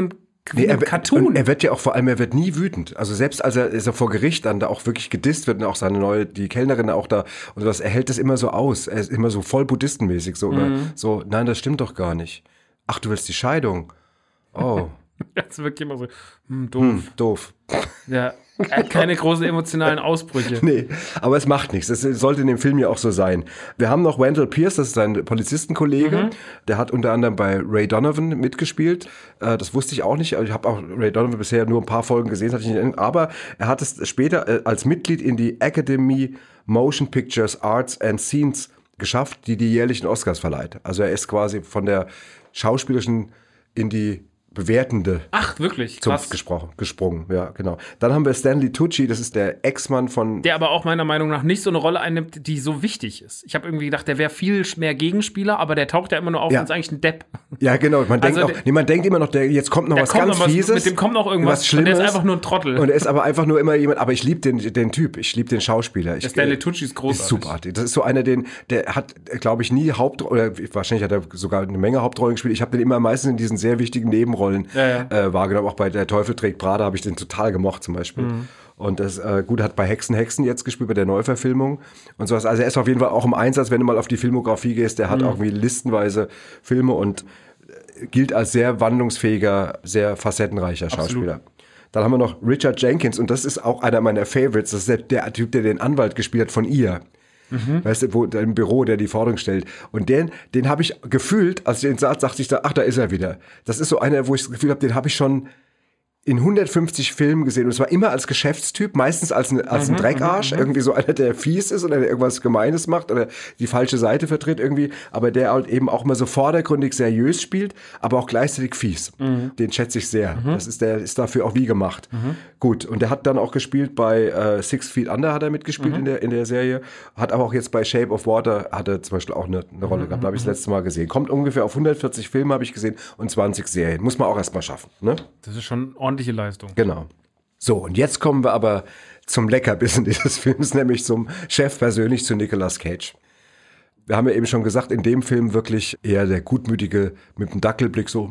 wie ein Cartoon. Er wird ja auch vor allem, er wird nie wütend. Also selbst als er vor Gericht dann da auch wirklich gedisst wird und auch die Kellnerin auch da und sowas, er hält das immer so aus. Er ist immer so voll buddhistenmäßig, so nein, das stimmt doch gar nicht. Ach, du willst die Scheidung. Oh. Das ist wirklich immer so, doof. Doof. Ja, er hat keine großen emotionalen Ausbrüche. Nee, aber es macht nichts. Es sollte in dem Film ja auch so sein. Wir haben noch Wendell Pierce, das ist sein Polizistenkollege. Der hat unter anderem bei Ray Donovan mitgespielt. Das wusste ich auch nicht. Ich habe auch Ray Donovan bisher nur ein paar Folgen gesehen, aber er hat es später als Mitglied in die Academy Motion Pictures Arts and Scenes geschafft, die jährlichen Oscars verleiht. Also er ist quasi von der schauspielerischen in die bewertende. Ach, wirklich? Krass. Gesprungen, ja, genau. Dann haben wir Stanley Tucci, das ist der Ex-Mann von... Der aber auch meiner Meinung nach nicht so eine Rolle einnimmt, die so wichtig ist. Ich habe irgendwie gedacht, der wäre viel mehr Gegenspieler, aber der taucht ja immer nur auf und ist eigentlich ein Depp. Ja, genau. Man denkt immer noch, jetzt kommt noch was ganz Fieses. Mit dem kommt noch irgendwas Schlimmes. Und der ist einfach nur ein Trottel. Und er ist aber einfach nur immer jemand, aber ich liebe den Typ, ich liebe den Schauspieler. Der Stanley Tucci ist großartig. Ist superartig. Das ist so einer, der hat, glaube ich, nie oder wahrscheinlich hat er sogar eine Menge Hauptrollen gespielt. Ich habe den immer meistens in diesen sehr wichtigen Nebenrollen wahrgenommen. Auch bei Der Teufel trägt Prada habe ich den total gemocht zum Beispiel. Und das hat bei Hexen jetzt gespielt, bei der Neuverfilmung und sowas. Also er ist auf jeden Fall auch im Einsatz, wenn du mal auf die Filmografie gehst. Der hat auch irgendwie listenweise Filme und gilt als sehr wandlungsfähiger, sehr facettenreicher Schauspieler. Dann haben wir noch Richard Jenkins und das ist auch einer meiner Favorites. Das ist der Typ, der den Anwalt gespielt hat von ihr. Weißt du, wo im Büro, der die Forderung stellt. Und den habe ich gefühlt, als ich den sah, dachte ich da, ach, da ist er wieder. Das ist so einer, wo ich das Gefühl habe, den habe ich schon in 150 Filmen gesehen. Und es war immer als Geschäftstyp, meistens als ein Dreckarsch. Irgendwie so einer, der fies ist oder der irgendwas Gemeines macht oder die falsche Seite vertritt irgendwie. Aber der halt eben auch immer so vordergründig seriös spielt, aber auch gleichzeitig fies. Den schätze ich sehr. Der ist dafür auch wie gemacht. Gut, und der hat dann auch gespielt bei 6 Feet Under hat er mitgespielt in der Serie. Hat aber auch jetzt bei Shape of Water hat er zum Beispiel auch eine Rolle gehabt. Da habe ich das letzte Mal gesehen. Kommt ungefähr auf 140 Filme, habe ich gesehen, und 20 Serien. Muss man auch erstmal schaffen. Ne? Das ist schon ordentliche Leistung. Genau. So, und jetzt kommen wir aber zum Leckerbissen dieses Films, nämlich zum Chef persönlich, zu Nicolas Cage. Wir haben ja eben schon gesagt, in dem Film wirklich eher der Gutmütige mit dem Dackelblick so,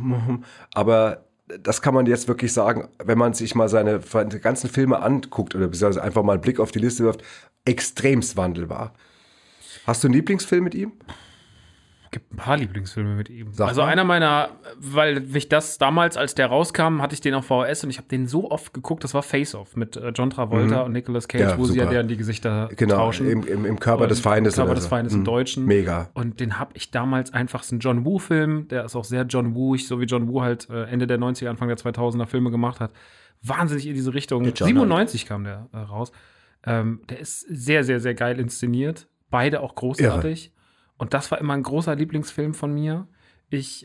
aber das kann man jetzt wirklich sagen, wenn man sich mal seine ganzen Filme anguckt oder beziehungsweise einfach mal einen Blick auf die Liste wirft, extremst wandelbar. Hast du einen Lieblingsfilm mit ihm? Es gibt ein paar Lieblingsfilme mit ihm. Sag also mal. einer meiner, weil ich das damals, als der rauskam, hatte ich den auf VHS und ich habe den so oft geguckt, das war Face Off mit John Travolta und Nicolas Cage, Ja, wo sie ja super. deren die Gesichter Genau, tauschen. im Körper des Feindes. Körper oder des so. Feindes im Deutschen. Mega. Und den habe ich damals einfach, ist ein John Woo-Film, der ist auch sehr John Woo-ig, so wie John Woo halt Ende der 90er, Anfang der 2000er Filme gemacht hat. Wahnsinnig in diese Richtung. 97 kam der raus. Der ist sehr, sehr, sehr geil inszeniert. Beide auch großartig. Irre. Und das war immer ein großer Lieblingsfilm von mir. Ich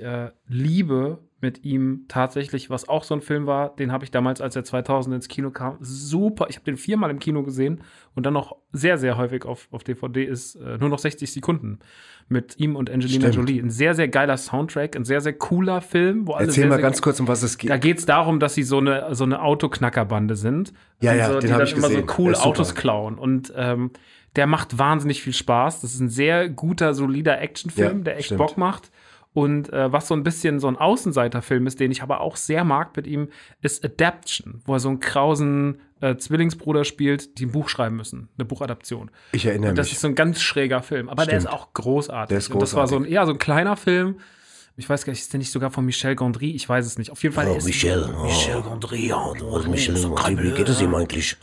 liebe mit ihm tatsächlich, was auch so ein Film war, den habe ich damals, als er 2000 ins Kino kam, super, ich habe den 4-mal im Kino gesehen und dann noch sehr, sehr häufig auf DVD ist nur noch 60 Sekunden mit ihm und Angelina Jolie. Ein sehr, sehr geiler Soundtrack, ein sehr, sehr cooler Film. Wo alle Erzähl sehr, mal sehr ganz kurz, um was es geht. Da geht es darum, dass sie so eine Autoknackerbande sind. Ja, und ja, so, den die hab dann ich immer gesehen. so cool Der ist super. Autos klauen. Und der macht wahnsinnig viel Spaß. Das ist ein sehr guter, solider Actionfilm, Ja, der echt stimmt. Bock macht. Und was so ein bisschen so ein Außenseiterfilm ist, den ich aber auch sehr mag mit ihm, ist Adaption, wo er so einen krausen Zwillingsbruder spielt, die ein Buch schreiben müssen, eine Buchadaption. Ich erinnere Und das mich. ist so ein ganz schräger Film, aber der ist auch großartig. Der ist Und das war so großartig. so ein kleiner Film. Ich weiß gar nicht, ist der nicht sogar von Michel Gondry? Ich weiß es nicht. Auf jeden Fall ist Michel Gondry, Michel Gondry, wie geht es ihm eigentlich?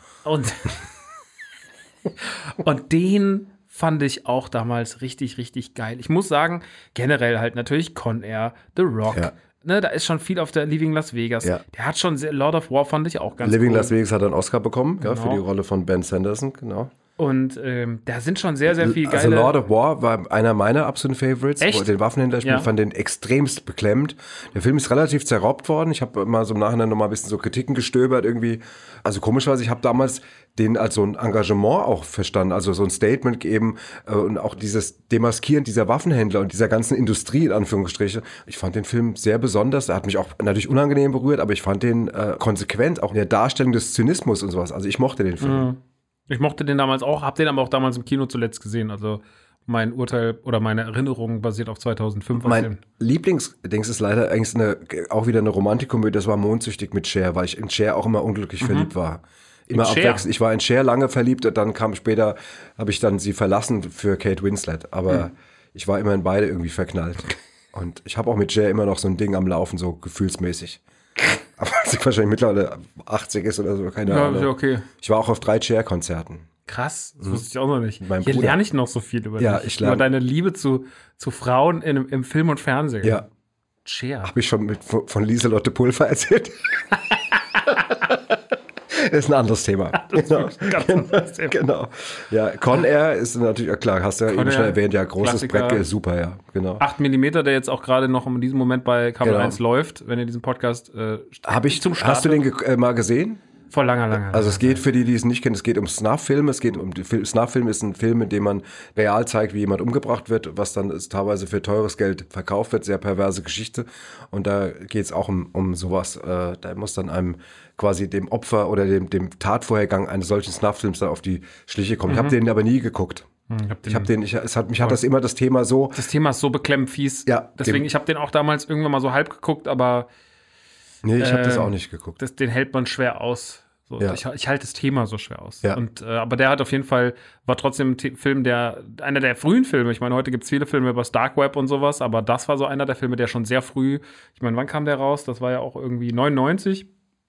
Und den fand ich auch damals richtig, richtig geil. Ich muss sagen, generell halt natürlich Con Air, The Rock. Ja. Ne, da ist schon viel auf der Living Las Vegas. Ja. Der hat schon Lord of War, fand ich auch ganz Living cool. Las Vegas hat einen Oscar bekommen, ja, für Genau. die Rolle von Ben Sanderson, genau. Und da sind schon sehr, sehr viel geile... Also Lord of War war einer meiner absoluten Favorites. Echt? Wo er den Waffenhändler spielt, Ja. fand den extremst beklemmend. Der Film ist relativ zerrobbt worden. Ich habe mal so im Nachhinein noch mal ein bisschen so Kritiken gestöbert irgendwie. Also komischerweise, ich habe damals den als so ein Engagement auch verstanden, also so ein Statement gegeben und auch dieses Demaskieren dieser Waffenhändler und dieser ganzen Industrie in Anführungsstrichen. Ich fand den Film sehr besonders. Er hat mich auch natürlich unangenehm berührt, aber ich fand den konsequent, auch in der Darstellung des Zynismus und sowas. Also ich mochte den Film. Ich mochte den damals auch, hab den aber auch damals im Kino zuletzt gesehen. Also mein Urteil oder meine Erinnerung basiert auf 2005. Mein Lieblingsdings ist leider eigentlich auch wieder eine Romantikkomödie, das war Mondsüchtig mit Cher, weil ich in Cher auch immer unglücklich verliebt war. Immer abwechselnd. Ich war in Cher lange verliebt und dann kam später, habe ich dann sie verlassen für Kate Winslet. Aber ich war immer in beide irgendwie verknallt. Und ich habe auch mit Cher immer noch so ein Ding am Laufen, so gefühlsmäßig. Aber sie wahrscheinlich mittlerweile 80 ist oder so, keine Ahnung. Ja, okay. Ich war auch auf 3 Cher-Konzerten. Krass, das wusste ich auch noch nicht. Mein Hier Bruder. lerne ich noch so viel über Ja, dich. ich lerne. Über deine Liebe zu Frauen im Film und Fernsehen. Ja, Cher. habe ich schon von Lieselotte Pulver erzählt. Das ist ein anderes Thema. Genau. Ganz anderes Thema. Genau. Ja, Con Air ist natürlich, klar, hast du ja eben schon Air, erwähnt, ja, großes Klassiker. Brett, super, ja, genau. 8 mm, der jetzt auch gerade noch in diesem Moment bei Kabel Genau. 1 läuft, wenn ihr diesen Podcast Hast du den mal gesehen? vor langer Also es geht für die es nicht kennen, es geht um Snuff-Filme. Snuff-Film ist ein Film, in dem man real zeigt, wie jemand umgebracht wird, was dann teilweise für teures Geld verkauft wird, sehr perverse Geschichte. Und da geht es auch um sowas. Da muss dann einem quasi dem Opfer oder dem Tatvorhergang eines solchen Snuff-Films da auf die Schliche kommen. Ich habe den aber nie geguckt. Mich hat das immer das Thema so. Das Thema ist so beklemmend fies. Ja, Deswegen, ich habe den auch damals irgendwann mal so halb geguckt, aber Nee, ich habe das auch nicht geguckt. den hält man schwer aus. So, Ja. ich halte das Thema so schwer aus. Ja. Und, aber der hat auf jeden Fall, war trotzdem ein Film, einer der frühen Filme. Ich meine, heute gibt es viele Filme über das Dark Web und sowas, aber das war so einer der Filme, der schon sehr früh, ich meine, wann kam der raus? Das war ja auch irgendwie 99,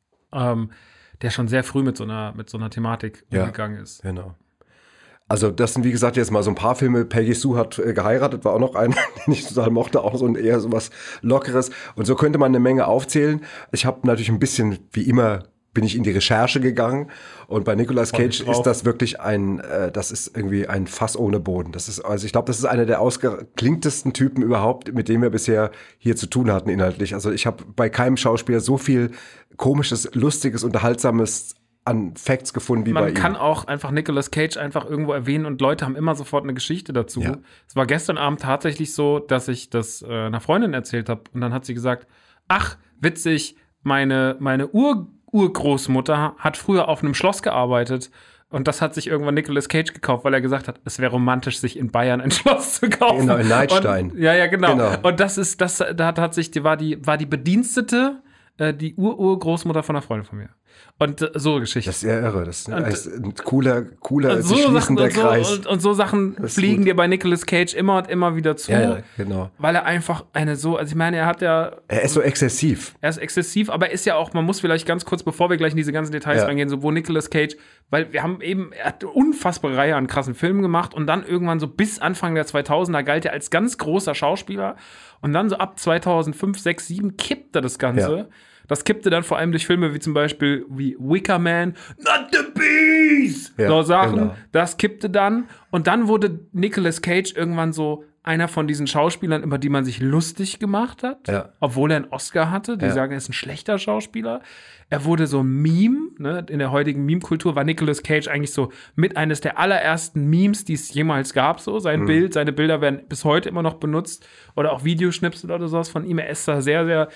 der schon sehr früh mit so einer Thematik umgegangen ist. Genau. Also das sind, wie gesagt, jetzt mal so ein paar Filme. Peggy Sue hat geheiratet, war auch noch einer, den ich total mochte, auch so ein eher so was Lockeres. Und so könnte man eine Menge aufzählen. Ich habe natürlich ein bisschen, wie immer, bin ich in die Recherche gegangen. Und bei Nicolas Cage ist das wirklich das ist irgendwie ein Fass ohne Boden. Also ich glaube, das ist einer der ausgeklingtesten Typen überhaupt, mit dem wir bisher hier zu tun hatten inhaltlich. Also ich habe bei keinem Schauspieler so viel Komisches, Lustiges, Unterhaltsames an Facts gefunden wie bei ihm. Man kann auch einfach Nicolas Cage einfach irgendwo erwähnen und Leute haben immer sofort eine Geschichte dazu. Ja. Es war gestern Abend tatsächlich so, dass ich das einer Freundin erzählt habe und dann hat sie gesagt, ach, witzig, meine Urgroßmutter hat früher auf einem Schloss gearbeitet und das hat sich irgendwann Nicolas Cage gekauft, weil er gesagt hat, es wäre romantisch, sich in Bayern ein Schloss zu kaufen. Genau, in Neidstein. Und, ja, genau. Und war die Bedienstete, die Urgroßmutter von einer Freundin von mir. Und so Geschichten. Das ist ja irre. Das ist ein cooler so sich schließender Kreis. Und so Sachen fliegen gut. dir bei Nicolas Cage immer und immer wieder zu. Ja, genau. Weil er einfach also ich meine, Er ist so exzessiv. er ist exzessiv, aber er ist ja auch, man muss vielleicht ganz kurz, bevor wir gleich in diese ganzen Details reingehen, so wo Nicolas Cage, weil er hat eine unfassbare Reihe an krassen Filmen gemacht und dann irgendwann so bis Anfang der 2000er galt er als ganz großer Schauspieler und dann so ab 2005, 6, 7 kippte das Ganze. Ja. Das kippte dann vor allem durch Filme wie zum Beispiel wie Wicker Man, Not the Beast, Ja, so Sachen, genau. das kippte dann und dann wurde Nicolas Cage irgendwann so einer von diesen Schauspielern, über die man sich lustig gemacht hat, Ja. obwohl er einen Oscar hatte, die sagen, er ist ein schlechter Schauspieler. Er wurde so ein Meme, ne? In der heutigen Meme-Kultur war Nicolas Cage eigentlich so mit eines der allerersten Memes, die es jemals gab, so seine Bilder werden bis heute immer noch benutzt oder auch Videoschnipsel oder sowas von ihm, er ist da sehr, sehr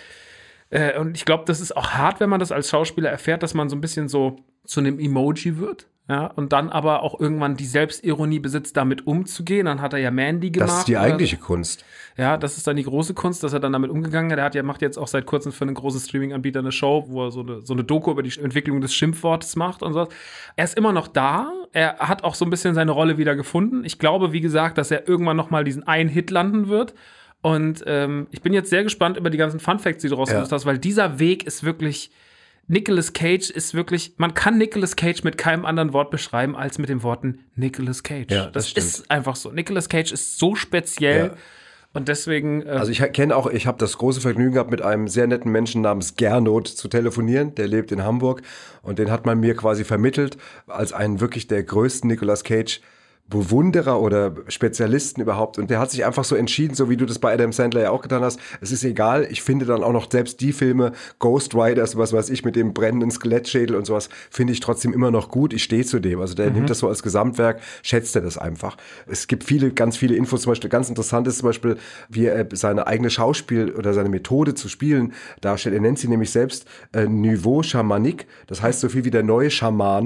und ich glaube, das ist auch hart, wenn man das als Schauspieler erfährt, dass man so ein bisschen so zu einem Emoji wird. Ja, und dann aber auch irgendwann die Selbstironie besitzt, damit umzugehen. Dann hat er ja Mandy gemacht. Das ist die eigentliche Kunst. Ja, das ist dann die große Kunst, dass er dann damit umgegangen ist. Macht jetzt auch seit kurzem für einen großen Streaming-Anbieter eine Show, wo er so eine Doku über die Entwicklung des Schimpfwortes macht und so. Er ist immer noch da. Er hat auch so ein bisschen seine Rolle wieder gefunden. Ich glaube, wie gesagt, dass er irgendwann noch mal diesen einen Hit landen wird. Und ich bin jetzt sehr gespannt über die ganzen Fun-Facts, die du rausgesucht hast, weil dieser Weg ist wirklich, Nicolas Cage ist wirklich, man kann Nicolas Cage mit keinem anderen Wort beschreiben, als mit den Worten Nicolas Cage. Ja, das stimmt. ist einfach so. Nicolas Cage ist so speziell Ja. und deswegen Also ich habe das große Vergnügen gehabt, mit einem sehr netten Menschen namens Gernot zu telefonieren. Der lebt in Hamburg und den hat man mir quasi vermittelt als einen wirklich der größten Nicolas Cage Bewunderer oder Spezialisten überhaupt. Und der hat sich einfach so entschieden, so wie du das bei Adam Sandler ja auch getan hast. Es ist egal, ich finde dann auch noch selbst die Filme, Ghost Riders, was weiß ich, mit dem brennenden Skelettschädel und sowas, finde ich trotzdem immer noch gut. Ich stehe zu dem. Also der nimmt das so als Gesamtwerk, schätzt er das einfach. Es gibt ganz viele Infos, zum Beispiel ganz interessant ist zum Beispiel, wie er seine eigene Schauspiel oder seine Methode zu spielen darstellt. Er nennt sie nämlich selbst Nouveau Chamanique. Das heißt so viel wie der neue Schamane.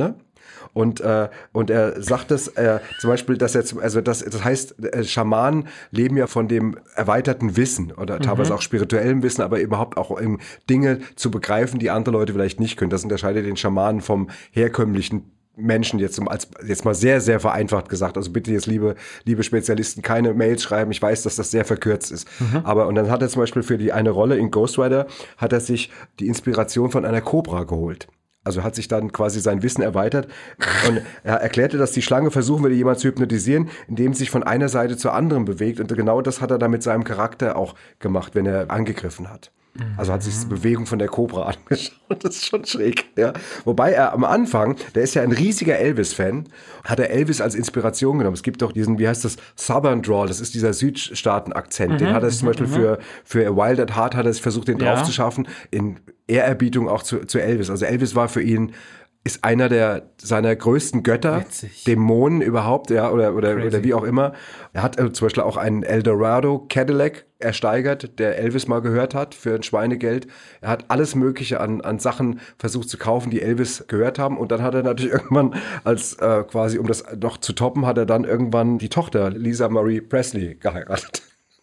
Und er sagt das zum Beispiel, dass er das heißt, Schamanen leben ja von dem erweiterten Wissen oder teilweise auch spirituellem Wissen, aber überhaupt auch Dinge zu begreifen, die andere Leute vielleicht nicht können. Das unterscheidet den Schamanen vom herkömmlichen Menschen jetzt mal sehr, sehr vereinfacht gesagt. Also bitte jetzt, liebe Spezialisten, keine Mails schreiben. Ich weiß, dass das sehr verkürzt ist. Aber, und dann hat er zum Beispiel für die eine Rolle in Ghost Rider, hat er sich die Inspiration von einer Kobra geholt. Also hat sich dann quasi sein Wissen erweitert und er erklärte, dass die Schlange versuchen würde, jemanden zu hypnotisieren, indem sie sich von einer Seite zur anderen bewegt. Und genau das hat er dann mit seinem Charakter auch gemacht, wenn er angegriffen hat. Also hat sich die Bewegung von der Kobra angeschaut. Das ist schon schräg. Ja. Wobei er am Anfang, der ist ja ein riesiger Elvis-Fan, hat er Elvis als Inspiration genommen. Es gibt doch diesen, wie heißt das, Southern Drawl, das ist dieser Südstaaten-Akzent. Den hat er zum Beispiel für A Wild at Heart hat er versucht, den drauf zu schaffen, in Ehrerbietung auch zu Elvis. Also Elvis war für ihn ist einer seiner größten Götter, Witzig. Dämonen überhaupt, ja, oder wie auch immer. Er hat zum Beispiel auch einen Eldorado Cadillac ersteigert, der Elvis mal gehört hat für ein Schweinegeld. Er hat alles Mögliche an Sachen versucht zu kaufen, die Elvis gehört haben. Und dann hat er natürlich irgendwann als quasi, um das noch zu toppen, hat er dann irgendwann die Tochter Lisa Marie Presley geheiratet.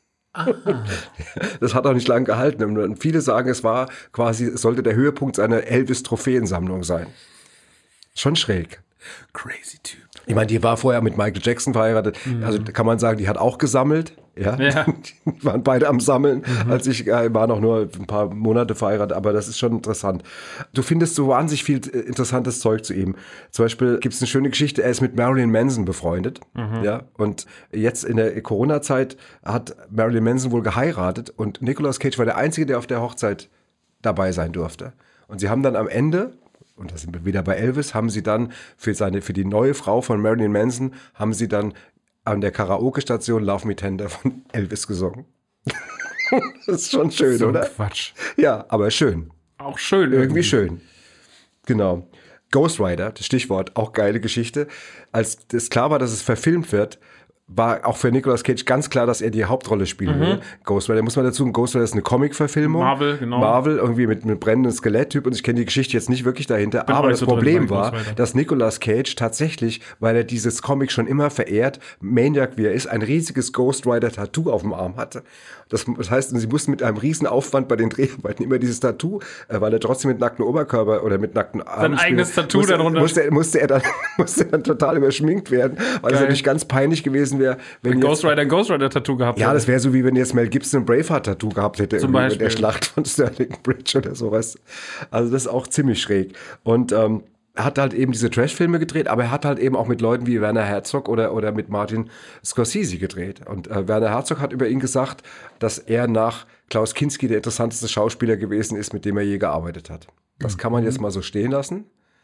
Das hat auch nicht lange gehalten. Und viele sagen, es sollte der Höhepunkt seiner Elvis-Trophäensammlung sein. Schon schräg. Crazy Typ. Ich meine, die war vorher mit Michael Jackson verheiratet. Also kann man sagen, die hat auch gesammelt. Ja. Die waren beide am Sammeln. Als ich war noch nur ein paar Monate verheiratet, aber das ist schon interessant. Du findest so wahnsinnig viel interessantes Zeug zu ihm. Zum Beispiel gibt es eine schöne Geschichte, er ist mit Marilyn Manson befreundet. Ja. Und jetzt in der Corona-Zeit hat Marilyn Manson wohl geheiratet und Nicolas Cage war der Einzige, der auf der Hochzeit dabei sein durfte. Und sie haben dann am Ende, und da sind wir wieder bei Elvis, haben sie dann für die neue Frau von Marilyn Manson, haben sie dann an der Karaoke-Station Love Me Tender von Elvis gesungen. Das ist schon schön, so oder? Quatsch. Ja, aber schön. Auch schön. Irgendwie schön. Genau. Ghost Rider, das Stichwort, auch geile Geschichte. Als es klar war, dass es verfilmt wird, war auch für Nicolas Cage ganz klar, dass er die Hauptrolle spielen will. Ghost Rider, muss man dazu sagen, Ghost Rider ist eine Comic-Verfilmung. Marvel, genau. Marvel, irgendwie mit einem brennenden Skeletttyp und ich kenne die Geschichte jetzt nicht wirklich dahinter. Aber das Problem war, dass Nicolas Cage tatsächlich, weil er dieses Comic schon immer verehrt, Maniac wie er ist, ein riesiges Ghost Rider-Tattoo auf dem Arm hatte. Das heißt, sie mussten mit einem riesen Aufwand bei den Dreharbeiten immer dieses Tattoo, weil er trotzdem mit nacktem Oberkörper oder mit nackten Armen sein eigenes Tattoo darunter. Musste er dann total überschminkt werden, weil es natürlich ganz peinlich gewesen wäre, wenn Ghost Rider ein Ghost Rider-Tattoo gehabt hätte. Ja, das wäre so, wie wenn jetzt Mel Gibson ein Braveheart-Tattoo gehabt hätte. Zum Beispiel. Mit der Schlacht von Stirling Bridge oder sowas. Also das ist auch ziemlich schräg. Und er hat halt eben diese Trash-Filme gedreht, aber er hat halt eben auch mit Leuten wie Werner Herzog oder mit Martin Scorsese gedreht. Und Werner Herzog hat über ihn gesagt, dass er nach Klaus Kinski der interessanteste Schauspieler gewesen ist, mit dem er je gearbeitet hat. Das kann man jetzt mal so stehen lassen.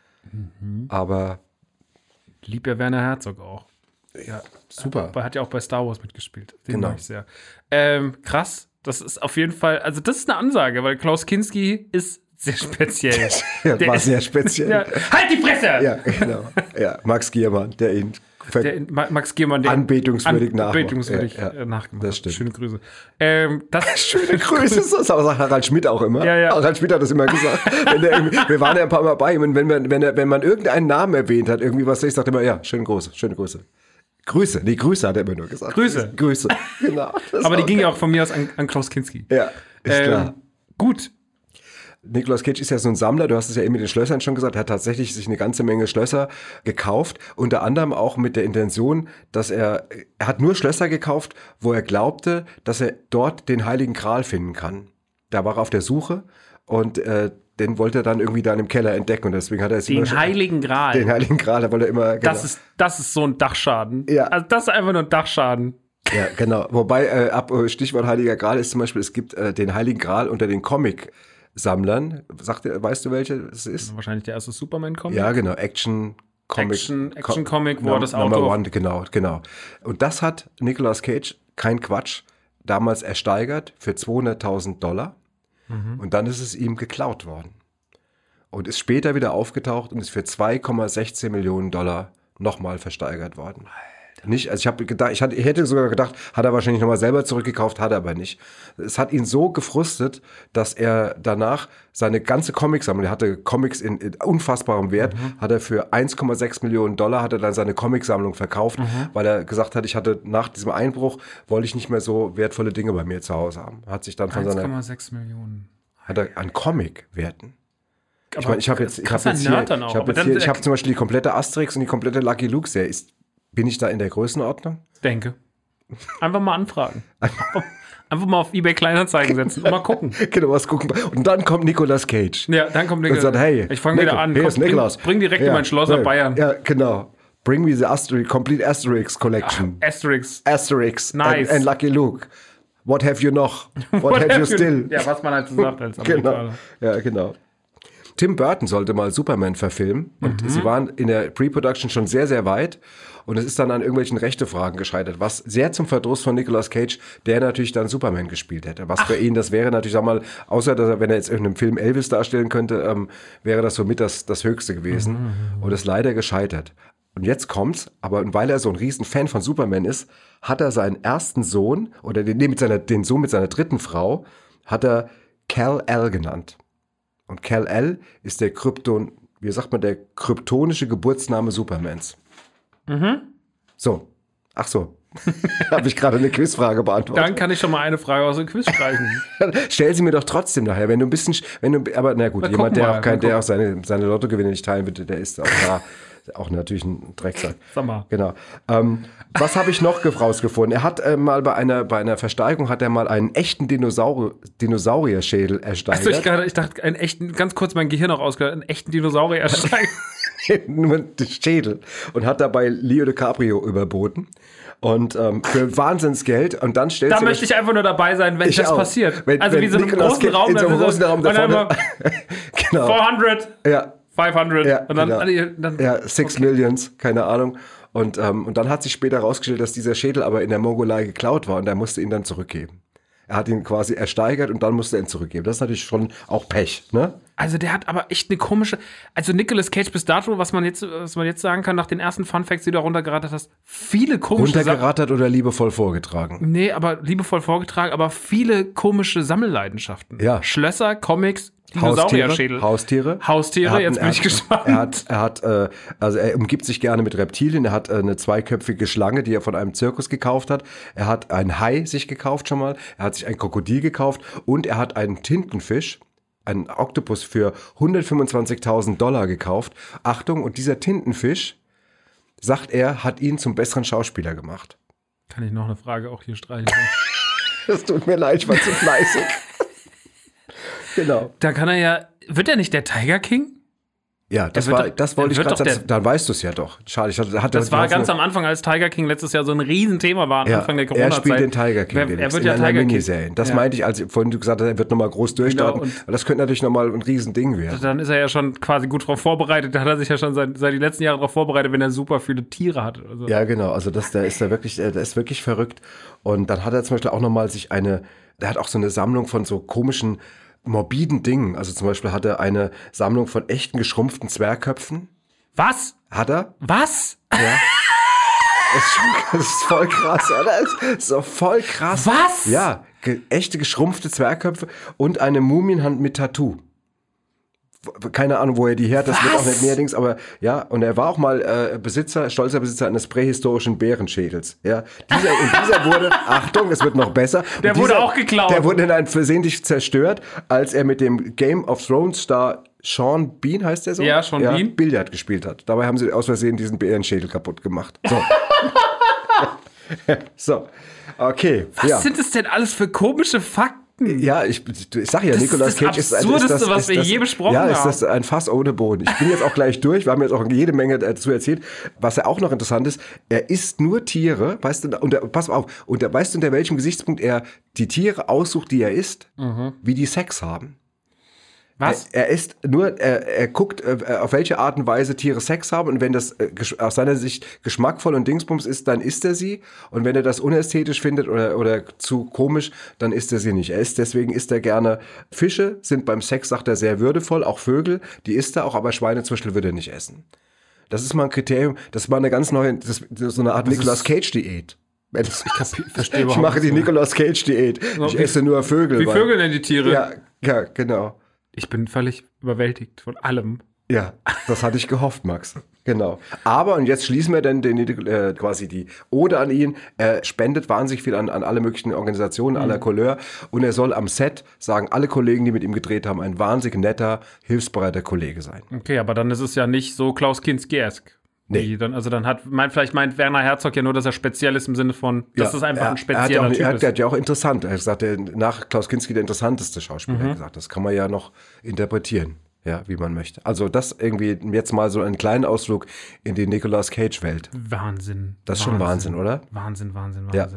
Aber Lieb ja Werner Herzog auch. ja, super. Er hat ja auch bei Star Wars mitgespielt. Den Genau. mag ich sehr. Krass. Das ist auf jeden Fall, also das ist eine Ansage, weil Klaus Kinski ist sehr speziell. Ja, war sehr speziell. Ja. Halt die Fresse! Ja, genau. Ja, Max Giermann, der ihn Max Giermann, der anbetungswürdig nachgemacht. Das stimmt. Schöne Grüße. Schöne Grüße, das sagt Harald Schmidt auch immer. Ja. Harald Schmidt hat das immer gesagt. Wir waren ja ein paar Mal bei ihm und wenn man irgendeinen Namen erwähnt hat, irgendwie was, ich sagte immer, ja, schöne Grüße. Grüße hat er immer nur gesagt. Grüße, genau. Aber die ging ja auch von mir aus an Klaus Kinski. Ja, ist klar. Gut. Nicolas Cage ist ja so ein Sammler, du hast es ja eben mit den Schlössern schon gesagt, er hat tatsächlich sich eine ganze Menge Schlösser gekauft, unter anderem auch mit der Intention, dass er hat nur Schlösser gekauft, wo er glaubte, dass er dort den Heiligen Gral finden kann. Da war er auf der Suche und den wollte er dann irgendwie da im Keller entdecken und deswegen hat er es Den Heiligen Gral. Den Heiligen Gral, da wollte er immer... Genau. Das ist so ein Dachschaden. Ja. Also das ist einfach nur ein Dachschaden. Ja, genau. Wobei, Stichwort Heiliger Gral ist zum Beispiel, es gibt den Heiligen Gral unter den Comic-Sammlern. Weißt du, welche es ist? Wahrscheinlich der erste Superman-Comic. Ja, genau. Action-Comic, wo er das Auto... Number One, genau. Und das hat Nicolas Cage, kein Quatsch, damals ersteigert für $200.000. Und dann ist es ihm geklaut worden. Und ist später wieder aufgetaucht und ist für $2,16 Millionen nochmal versteigert worden. nicht. Also ich hätte sogar gedacht, hat er wahrscheinlich nochmal selber zurückgekauft, hat er aber nicht. Es hat ihn so gefrustet, dass er danach seine ganze Comicsammlung, er hatte Comics in unfassbarem Wert, hat er für 1,6 Millionen Dollar hat er dann seine Comicsammlung verkauft, weil er gesagt hat, ich hatte nach diesem Einbruch, wollte ich nicht mehr so wertvolle Dinge bei mir zu Hause haben. Hat sich dann von 1,6 Millionen. Hat er an Comic-Werten. Ich Aber meine, ich habe zum Beispiel die komplette Asterix und die komplette Lucky Luke-Serie. Bin ich da in der Größenordnung? Denke. Einfach mal anfragen. Einfach mal auf eBay Kleinanzeigen setzen und mal gucken. Genau, was gucken. Und dann kommt Nicolas Cage. Ja, dann kommt Nicolas. Und sagt, hey, ich fange wieder an. Hier ist Nicolas. Bring direkt in mein Schloss nach Bayern. Ja, genau. Bring me the complete Asterix Collection. Asterix. Nice. And Lucky Luke. What have you noch? What have you still? Ja, was man halt so sagt als Amerikaner. Genau. Ja, genau. Tim Burton sollte mal Superman verfilmen und sie waren in der Pre-Production schon sehr, sehr weit und es ist dann an irgendwelchen Rechtefragen gescheitert, was sehr zum Verdruss von Nicolas Cage, der natürlich dann Superman gespielt hätte. Was für ihn, das wäre natürlich, sag mal, außer dass er, wenn er jetzt in einem Film Elvis darstellen könnte, wäre das somit das Höchste gewesen und ist leider gescheitert. Und jetzt kommt's, aber weil er so ein riesen Fan von Superman ist, hat er seinen ersten Sohn, oder den Sohn mit seiner dritten Frau, hat er Kal-El genannt. Und Kal-El ist der kryptonische Geburtsname Supermans. So. Ach so. Habe ich gerade eine Quizfrage beantwortet. Dann kann ich schon mal eine Frage aus dem Quiz streichen. Stell sie mir doch trotzdem nachher, aber na gut, jemand, der auch seine Lottogewinne nicht teilen will, der ist auch da. Auch natürlich ein Drecksack. Sag mal. Genau. Was habe ich noch rausgefunden? Er hat mal bei einer Versteigerung hat er mal einen echten Dinosaurierschädel ersteigert. Also ich dachte, einen echten, ganz kurz mein Gehirn auch ausgehört, einen echten Dinosaurier ersteigert. Nur den Schädel. Und hat dabei Leo DiCaprio überboten. Und für Wahnsinnsgeld. Und dann stellt Da möchte ich einfach nur dabei sein, wenn das passiert. Wenn wie so einem großen Raum. In so einem großen Raum da vorne. Genau. 400. Ja. 500 ja, und dann, genau. 6 Millions, keine Ahnung. Und dann hat sich später rausgestellt, dass dieser Schädel aber in der Mongolei geklaut war und er musste ihn dann zurückgeben. Er hat ihn quasi ersteigert und dann musste er ihn zurückgeben. Das ist natürlich schon auch Pech, ne? Also der hat aber echt eine komische, also Nicolas Cage bis dato, was man jetzt sagen kann, nach den ersten Funfacts, die du da runtergerattert hast, viele komische runtergerattert oder liebevoll vorgetragen? Nee, aber liebevoll vorgetragen, aber viele komische Sammelleidenschaften. Ja. Schlösser, Comics, Dinosaurierschädel. Haustiere, jetzt bin ich gespannt. Er umgibt sich gerne mit Reptilien. Er hat eine zweiköpfige Schlange, die er von einem Zirkus gekauft hat. Er hat einen Hai sich gekauft schon mal. Er hat sich ein Krokodil gekauft und er hat einen Tintenfisch, einen Oktopus für $125.000 gekauft. Achtung, und dieser Tintenfisch, sagt er, hat ihn zum besseren Schauspieler gemacht. Kann ich noch eine Frage auch hier streichen? Das tut mir leid, ich war zu fleißig. Genau. Da kann er ja, wird er nicht der Tiger King? Ja, das wollte ich gerade sagen. Dann weißt du es ja doch. Schade, das war ganz am Anfang, als Tiger King letztes Jahr so ein Riesenthema war, am Anfang der Corona-Zeit. Er spielt den Tiger King. Er wird ja Tiger King. Das meinte ich, als vorhin du gesagt hast, er wird nochmal groß durchstarten. Genau, das könnte natürlich nochmal ein Riesending werden. Dann ist er ja schon quasi gut drauf vorbereitet. Da hat er sich ja schon seit den letzten Jahren darauf vorbereitet, wenn er super viele Tiere hat. Also. Ja, genau. Also der ist wirklich verrückt. Und dann hat er zum Beispiel auch nochmal der hat auch so eine Sammlung von so komischen morbiden Dingen. Also zum Beispiel hat er eine Sammlung von echten geschrumpften Zwergköpfen. Was? Hat er? Was? Ja. Das ist voll krass, oder? Das ist so voll krass. Was? Ja, echte geschrumpfte Zwergköpfe und eine Mumienhand mit Tattoo. Keine Ahnung, wo er die her hat, das wird auch nicht näherdings, aber ja, und er war auch mal stolzer Besitzer eines prähistorischen Bärenschädels. Ja, dieser wurde, Achtung, es wird noch besser. Der wurde auch geklaut. Der wurde dann versehentlich zerstört, als er mit dem Game of Thrones Star Sean Bean, heißt der so? Ja, Sean Bean. Billard gespielt hat. Dabei haben sie aus Versehen diesen Bärenschädel kaputt gemacht. So. So, okay. Was sind es denn alles für komische Fakten? Ja, ich sag ja, Nicolas Cage ist das Absurdeste, was wir je besprochen haben. Ja, ist das ein Fass ohne Boden. Ich bin jetzt auch gleich durch. Wir haben jetzt auch jede Menge dazu erzählt. Was ja auch noch interessant ist, er isst nur Tiere, weißt du, pass auf, weißt du, unter welchem Gesichtspunkt er die Tiere aussucht, die er isst, wie die Sex haben. Was? Er guckt, auf welche Art und Weise Tiere Sex haben, und wenn das aus seiner Sicht geschmackvoll und Dingsbums ist, dann isst er sie, und wenn er das unästhetisch findet oder zu komisch, dann isst er sie nicht. Deswegen isst er gerne Fische, sind beim Sex, sagt er, sehr würdevoll, auch Vögel, die isst er auch, aber Schweinezwischel würde er nicht essen. Das ist mal ein Kriterium, das ist mal eine ganz neue, so eine Art Nicolas Cage-Diät. Ich mache die Nicolas Cage-Diät. Ich esse nur Vögel. Wie Vögel denn die Tiere? Ja, genau. Ich bin völlig überwältigt von allem. Ja, das hatte ich gehofft, Max. Genau. Aber, und jetzt schließen wir dann quasi die Ode an ihn. Er spendet wahnsinnig viel an alle möglichen Organisationen aller Couleur. Und er soll am Set, sagen alle Kollegen, die mit ihm gedreht haben, ein wahnsinnig netter, hilfsbereiter Kollege sein. Okay, aber dann ist es ja nicht so Klaus Kinski-esk. Nee. Vielleicht meint Werner Herzog ja nur, dass er speziell ist im Sinne von, dass es einfach ein spezieller Typ ist. Er hat ja auch interessant. Er hat gesagt, nach Klaus Kinski der interessanteste Schauspieler. Er hat gesagt, das kann man ja noch interpretieren. Ja, wie man möchte. Also das irgendwie jetzt mal so einen kleinen Ausflug in die Nicolas Cage-Welt. Wahnsinn. Das ist schon Wahnsinn, oder? Wahnsinn. Ja.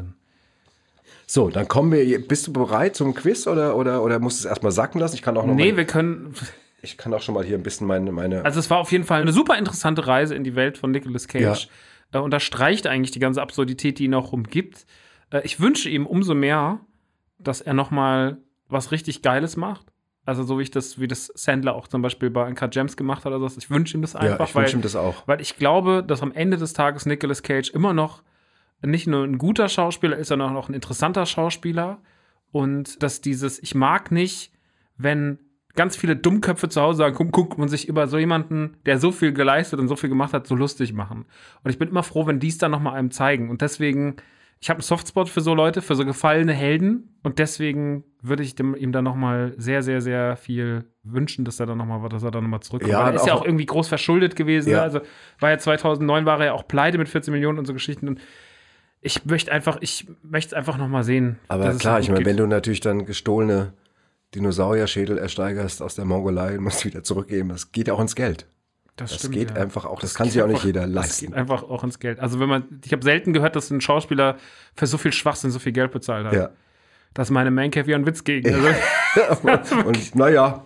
So, dann kommen wir. Bist du bereit zum Quiz oder musst du es erstmal sacken lassen? Ich kann auch noch Ich kann auch schon mal hier ein bisschen meine. Also es war auf jeden Fall eine super interessante Reise in die Welt von Nicolas Cage. Ja. Unterstreicht eigentlich die ganze Absurdität, die ihn auch umgibt. Ich wünsche ihm umso mehr, dass er noch mal was richtig Geiles macht. Also so wie das Sandler auch zum Beispiel bei Uncut Gems gemacht hat oder so. Ich wünsche ihm das einfach. Ja, ich wünsche ihm das auch. Weil ich glaube, dass am Ende des Tages Nicolas Cage immer noch nicht nur ein guter Schauspieler ist, sondern auch noch ein interessanter Schauspieler. Und dass ich mag nicht, wenn ganz viele Dummköpfe zu Hause sagen, guck, und sich über so jemanden, der so viel geleistet und so viel gemacht hat, so lustig machen. Und ich bin immer froh, wenn die es dann noch mal einem zeigen. Und deswegen, ich habe einen Softspot für so Leute, für so gefallene Helden. Und deswegen würde ich ihm dann noch mal sehr, sehr, sehr viel wünschen, dass er dann noch mal zurückkommt. Ja, er ist ja auch irgendwie groß verschuldet gewesen. Ja. Ne? Also 2009 war er ja auch pleite mit 14 Millionen und so Geschichten. Und ich möchte es einfach noch mal sehen. Aber klar, ich meine, wenn du natürlich dann gestohlene Dinosaurierschädel ersteigerst aus der Mongolei und musst wieder zurückgeben, das geht ja auch ins Geld. Das stimmt, geht einfach auch, das kann sich auch nicht jeder leisten. Das geht einfach auch ins Geld. Also ich habe selten gehört, dass ein Schauspieler für so viel Schwachsinn so viel Geld bezahlt hat. Ja. Das ist meine Mancave ja ein Witz gegen. Also, und naja.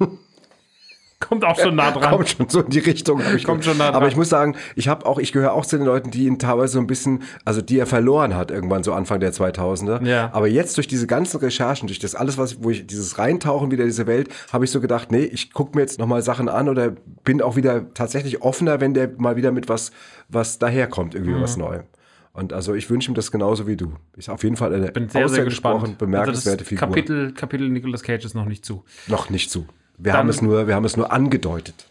Kommt auch schon nah dran. Kommt schon so in die Richtung. Kommt schon nah dran. Aber ich muss sagen, ich gehöre auch zu den Leuten, die ihn teilweise so ein bisschen, also die er verloren hat irgendwann so Anfang der 2000er. Ja. Aber jetzt durch diese ganzen Recherchen, durch das alles, wo ich dieses Reintauchen wieder in diese Welt, habe ich so gedacht, nee, ich gucke mir jetzt nochmal Sachen an oder bin auch wieder tatsächlich offener, wenn der mal wieder mit was daherkommt, irgendwie was Neuem. Und also ich wünsche ihm das genauso wie du. Ist auf jeden Fall eine ausgesprochen bemerkenswerte Figur. Kapitel Nicolas Cage ist noch nicht zu. Noch nicht zu. Wir haben es nur angedeutet.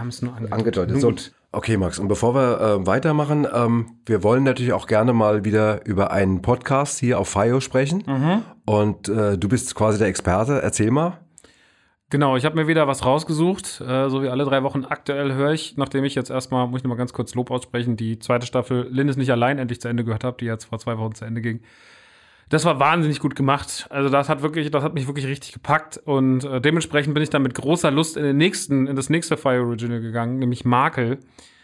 So, gut. Okay, Max, und bevor wir weitermachen, wir wollen natürlich auch gerne mal wieder über einen Podcast hier auf FIO sprechen. Und du bist quasi der Experte. Erzähl mal. Genau, ich habe mir wieder was rausgesucht, so wie alle 3 Wochen. Aktuell höre ich, nachdem ich jetzt erstmal, muss ich noch mal ganz kurz Lob aussprechen, die 2. Staffel Lynn ist nicht allein endlich zu Ende gehört habe, die jetzt vor 2 Wochen zu Ende ging. Das war wahnsinnig gut gemacht. Also das hat mich wirklich richtig gepackt und dementsprechend bin ich dann mit großer Lust in das nächste Fire Original gegangen, nämlich Makel,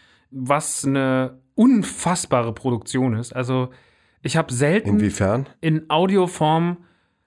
was eine unfassbare Produktion ist. Also ich habe selten Inwiefern? In Audioform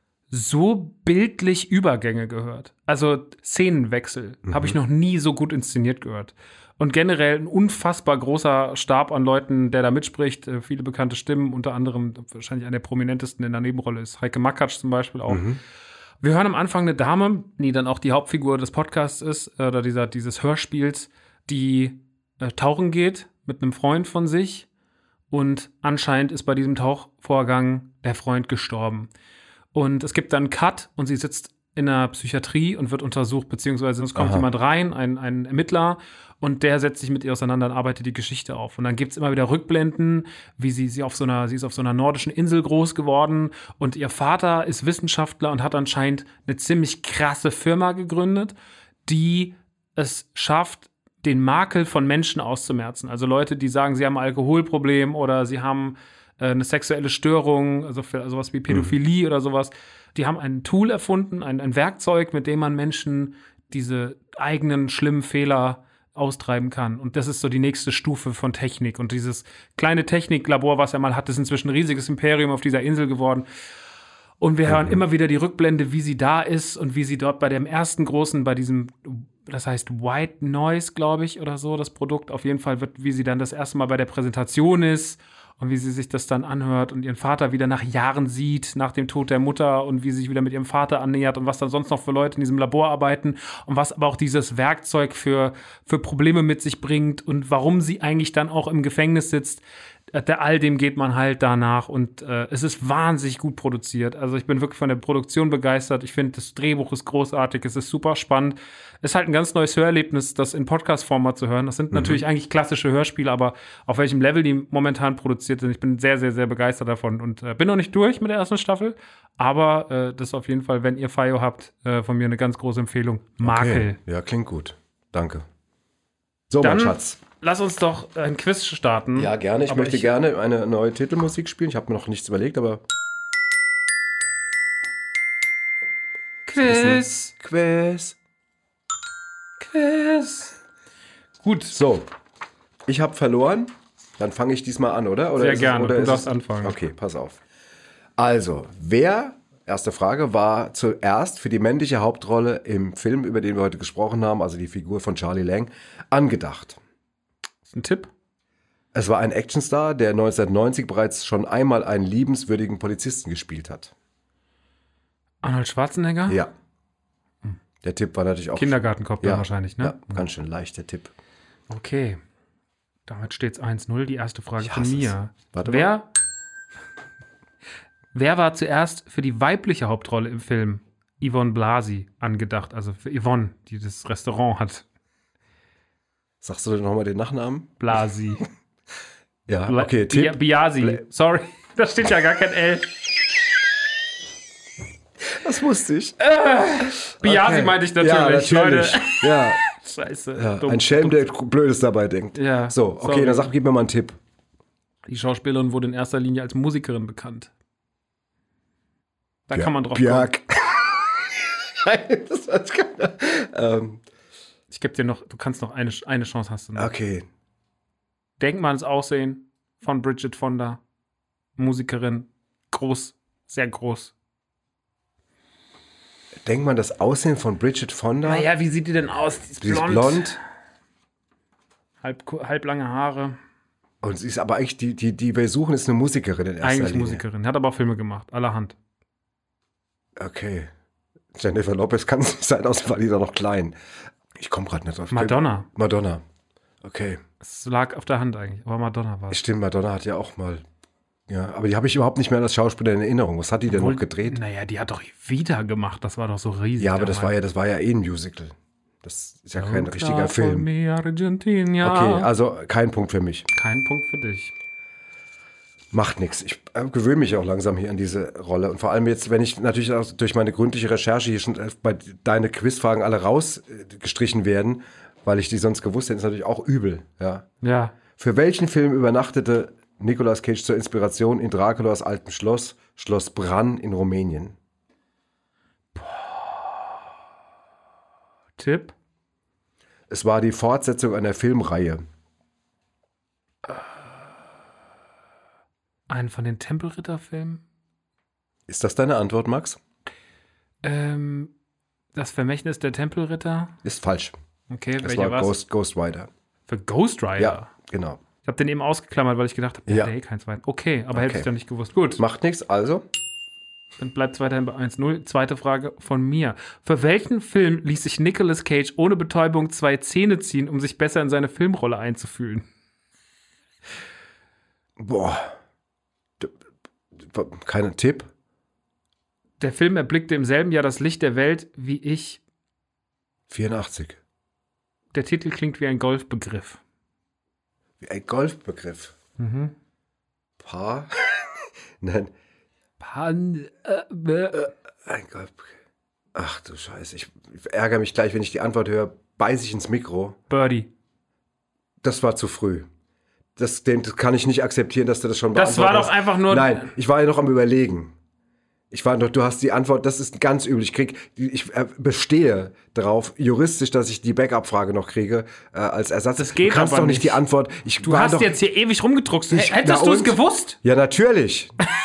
so bildlich Übergänge gehört. Also Szenenwechsel habe ich noch nie so gut inszeniert gehört. Und generell ein unfassbar großer Stab an Leuten, der da mitspricht. Viele bekannte Stimmen, unter anderem wahrscheinlich einer der prominentesten in der Nebenrolle ist Heike Makatsch zum Beispiel auch. Wir hören am Anfang eine Dame, die dann auch die Hauptfigur des Podcasts ist, oder dieses Hörspiels, die tauchen geht mit einem Freund von sich. Und anscheinend ist bei diesem Tauchvorgang der Freund gestorben. Und es gibt dann einen Cut und sie sitzt in der Psychiatrie und wird untersucht, beziehungsweise es kommt jemand rein, ein Ermittler, und der setzt sich mit ihr auseinander und arbeitet die Geschichte auf. Und dann gibt es immer wieder Rückblenden, wie sie ist auf so einer nordischen Insel groß geworden und ihr Vater ist Wissenschaftler und hat anscheinend eine ziemlich krasse Firma gegründet, die es schafft, den Makel von Menschen auszumerzen. Also Leute, die sagen, sie haben ein Alkoholproblem oder sie haben eine sexuelle Störung, also sowas wie Pädophilie oder sowas. Die haben ein Tool erfunden, ein Werkzeug, mit dem man Menschen diese eigenen schlimmen Fehler austreiben kann. Und das ist so die nächste Stufe von Technik. Und dieses kleine Techniklabor, was er mal hat, ist inzwischen ein riesiges Imperium auf dieser Insel geworden. Und wir hören immer wieder die Rückblende, wie sie da ist und wie sie dort bei dem ersten großen, bei diesem, das heißt White Noise, glaube ich, oder so, das Produkt. Auf jeden Fall wie sie dann das erste Mal bei der Präsentation ist und wie sie sich das dann anhört und ihren Vater wieder nach Jahren sieht, nach dem Tod der Mutter und wie sie sich wieder mit ihrem Vater annähert und was dann sonst noch für Leute in diesem Labor arbeiten und was aber auch dieses Werkzeug für Probleme mit sich bringt und warum sie eigentlich dann auch im Gefängnis sitzt. All dem geht man halt danach und es ist wahnsinnig gut produziert. Also ich bin wirklich von der Produktion begeistert. Ich finde, das Drehbuch ist großartig, es ist super spannend. Es ist halt ein ganz neues Hörerlebnis, das in Podcast-Format zu hören. Das sind natürlich eigentlich klassische Hörspiele, aber auf welchem Level die momentan produziert sind, ich bin sehr, sehr, sehr begeistert davon und bin noch nicht durch mit der ersten Staffel, aber das ist auf jeden Fall, wenn ihr FIO habt, von mir eine ganz große Empfehlung. Makel. Okay. Ja, klingt gut. Danke. So, Dann mein Schatz. lass uns doch ein Quiz starten. Ja, gerne. Ich möchte gerne eine neue Titelmusik spielen. Ich habe mir noch nichts überlegt, aber... Quiz. Gut. So, ich habe verloren. Dann fange ich diesmal an, oder? Sehr gerne. Du darfst anfangen. Okay, pass auf. Also, wer, erste Frage, war zuerst für die männliche Hauptrolle im Film, über den wir heute gesprochen haben, also die Figur von Charlie Lang, angedacht? Ist ein Tipp? Es war ein Actionstar, der 1990 bereits schon einmal einen liebenswürdigen Polizisten gespielt hat. Arnold Schwarzenegger? Ja. Der Tipp war natürlich auch... Kindergartenkopf ja, wahrscheinlich, ne? Ja, ganz schön leichter Tipp. Okay. Damit steht es 1-0. Die erste Frage Ich von hasse mir. es. Warte mal. Wer war zuerst für die weibliche Hauptrolle im Film Yvonne Blasi angedacht? Also für Yvonne, die das Restaurant hat. Sagst du denn nochmal den Nachnamen? Blasi. Ja, okay, Tipp. Biasi. Sorry, da steht ja gar kein L. Das wusste ich. Biasi meinte ich natürlich. Ja, natürlich. Leute. Ja. Scheiße. Ja, dumm. ein Schelm, der Blödes dabei denkt. Ja, So, okay, sorry. dann gib mir mal einen Tipp. Die Schauspielerin wurde in erster Linie als Musikerin bekannt. Da kann man drauf Björk. Nein, das weiß keiner. Ich gebe dir noch, du kannst noch eine Chance hast du noch. Okay. Denk mal ans Aussehen von Bridget Fonda. Musikerin. Groß. Sehr groß. Denkt man das Aussehen von Bridget Fonda? Naja, wie sieht die denn aus? Die ist Die ist blond. blond. Halb lange Haare. Und sie ist aber eigentlich, die wir suchen, ist eine Musikerin in erster Eigentlich Linie. Musikerin. Hat aber auch Filme gemacht. Allerhand. Okay. Jennifer Lopez kann es nicht sein, außer war die da noch klein. Ich komme gerade nicht drauf. Madonna. Madonna. Okay. Es lag auf der Hand eigentlich. Aber Madonna war es. Stimmt, Madonna hat ja auch mal... Ja, aber die habe ich überhaupt nicht mehr als Schauspieler in Erinnerung. Was hat die denn noch gedreht? Naja, die hat doch Vita gemacht. Das war doch so riesig. Ja, aber das war ja eh ein Musical. Das ist ja kein richtiger Film. Okay, also kein Punkt für mich. Kein Punkt für dich. Macht nichts. Ich gewöhne mich auch langsam hier an diese Rolle. Und vor allem jetzt, wenn ich natürlich auch durch meine gründliche Recherche hier schon bei deine Quizfragen alle rausgestrichen werden, weil ich die sonst gewusst hätte, ist natürlich auch übel. Ja. Ja. Für welchen Film übernachtete Nicolas Cage zur Inspiration in Draculas altem Schloss, Schloss Bran in Rumänien? Tipp? Es war die Fortsetzung einer Filmreihe. Einen von den Tempelritter-Filmen? Ist das deine Antwort, Max? Das Vermächtnis der Tempelritter? Ist falsch. Okay, Es welcher war war's? Ghost Rider. Für Ghost Rider? Ja, genau. Ich habe den eben ausgeklammert, weil ich gedacht habe, Ja. nee, kein zweiten. Okay, aber hätte ich ja nicht gewusst. Gut, Macht nichts, also. dann bleibt es weiterhin bei 1-0. Zweite Frage von mir. Für welchen Film ließ sich Nicolas Cage ohne Betäubung 2 Zähne ziehen, um sich besser in seine Filmrolle einzufühlen? Boah. Kein Tipp? Der Film erblickte im selben Jahr das Licht der Welt wie ich. 84. Der Titel klingt wie ein Golfbegriff. Wie ein Golfbegriff. Mhm. Paar? Nein. Ein Golfbegriff. Ach du Scheiße. Ich ärgere mich gleich, wenn ich die Antwort höre, beiße ich ins Mikro. Birdie. Das war zu früh. Das kann ich nicht akzeptieren, dass du das schon Das beantwortet war doch hast. einfach nur... Nein, ich war ja noch am Überlegen. Du hast die Antwort, das ist ganz übel. Ich bestehe darauf, juristisch, dass ich die Backup-Frage noch kriege, als Ersatz. Das geht du kannst aber doch nicht nicht. die Antwort. Du hast jetzt hier ewig rumgedruckst. Hättest du es gewusst? Ja, natürlich.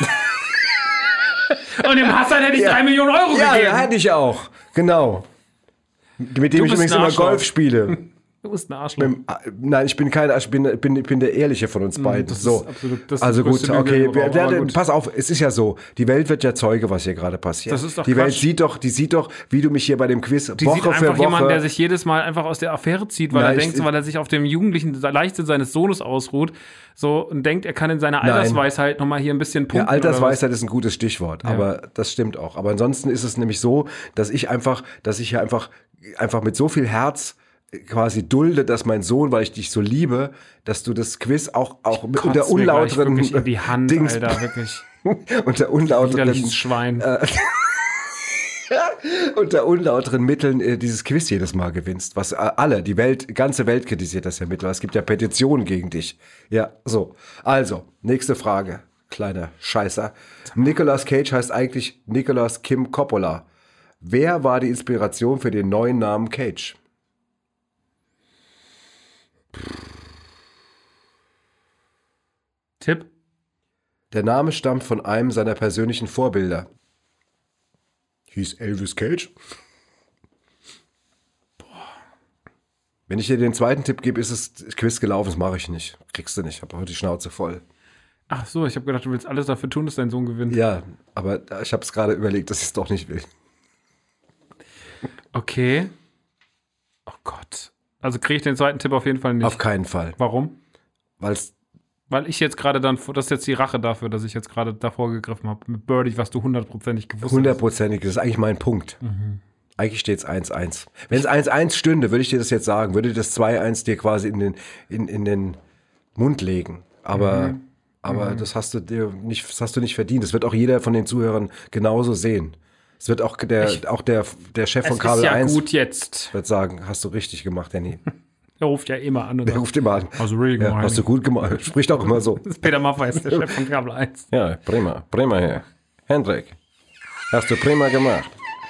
Und dem Hassan hätte ich 3 Millionen Euro Ja, gegeben. hätte ich auch. Genau. Mit dem Du ich bist übrigens ein immer Arschloch. Golf spiele. Du bist ein Arschloch. Nein, ich bin kein Arschloch, ich bin der Ehrliche von uns beiden. Das so. ist absolut, das also gut, okay. gut. Pass auf, es ist ja so, die Welt wird ja Zeuge, was hier gerade passiert. Das ist doch die Welt Quatsch. sieht doch, wie du mich hier bei dem Quiz Die Woche sieht für einfach Woche... jemanden, der sich jedes Mal einfach aus der Affäre zieht, weil Nein, weil er sich auf dem jugendlichen Leichtsinn seines Sohnes ausruht, so und denkt, er kann in seiner Altersweisheit nochmal hier ein bisschen punkten. Ja, Altersweisheit ist ein gutes Stichwort, aber das stimmt auch. Aber ansonsten ist es nämlich so, dass ich hier einfach mit so viel Herz quasi dulde, dass mein Sohn, weil ich dich so liebe, dass du das Quiz auch mit unter unlauteren in die Hand, Dings, Alter, wirklich. unter unlauteren Widerliches Schwein. unter unlauteren Mitteln dieses Quiz jedes Mal gewinnst, was ganze Welt kritisiert das ja mittlerweile. Es gibt ja Petitionen gegen dich. Ja, so. Also, nächste Frage. Kleiner Scheißer. Nicolas Cage heißt eigentlich Nicolas Kim Coppola. Wer war die Inspiration für den neuen Namen Cage? Tipp? Der Name stammt von einem seiner persönlichen Vorbilder. Hieß Elvis Cage? Wenn ich dir den zweiten Tipp gebe, ist das Quiz gelaufen. Das mache ich nicht. Kriegst du nicht. Ich habe heute die Schnauze voll. Ach so, ich habe gedacht, du willst alles dafür tun, dass dein Sohn gewinnt. Ja, aber ich habe es gerade überlegt, dass ich es doch nicht will. Okay. Oh Gott. Also kriege ich den zweiten Tipp auf jeden Fall nicht. Auf keinen Fall. Warum? Weil ich jetzt gerade das ist jetzt die Rache dafür, dass ich jetzt gerade davor gegriffen habe. Mit Birdie, was du 100%ig gewusst hast. 100%ig, das ist eigentlich mein Punkt. Eigentlich steht es 1-1. Wenn es 1-1 stünde, würde ich dir das jetzt sagen, würde das 2-1 dir quasi in den Mund legen. Aber das hast du nicht verdient. Das wird auch jeder von den Zuhörern genauso sehen. Es wird auch der Chef von Kabel 1 gut jetzt. wird sagen, hast du richtig gemacht, Danny. Der ruft ja immer an. Der ruft immer an. Also really ja, hast du gut gemacht. Spricht auch immer so. Das ist Peter Maffay, der Chef von Kabel 1. Ja, prima hier. Hendrik, hast du prima gemacht.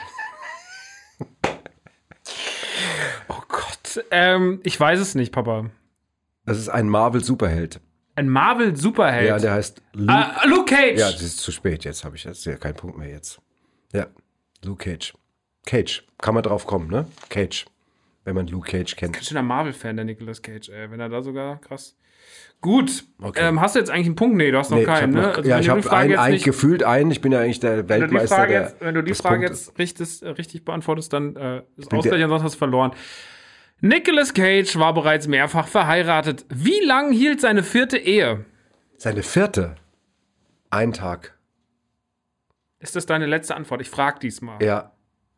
Oh Gott. Ich weiß es nicht, Papa. Das ist ein Marvel-Superheld. Ein Marvel-Superheld? Ja, der heißt Luke. Luke Cage! Ja, das ist zu spät. Jetzt habe ich ja keinen Punkt mehr jetzt. Ja, Luke Cage. Cage. Kann man drauf kommen, ne? Cage. Wenn man Luke Cage kennt. Ganz schöner Marvel-Fan, der Nicolas Cage, ey. Wenn er da sogar krass. Gut. Okay. Hast du jetzt eigentlich einen Punkt? Nee, du hast noch keinen, ne? Also ja, ich habe gefühlt einen. Ich bin ja eigentlich der Weltmeister. Wenn du die Frage jetzt richtig beantwortest, dann ist Ausgleich, ansonsten hast du verloren. Nicolas Cage war bereits mehrfach verheiratet. Wie lang hielt seine 4. Ehe? Seine 4.? Ein Tag. Ist das deine letzte Antwort? Ich frage diesmal. Ja.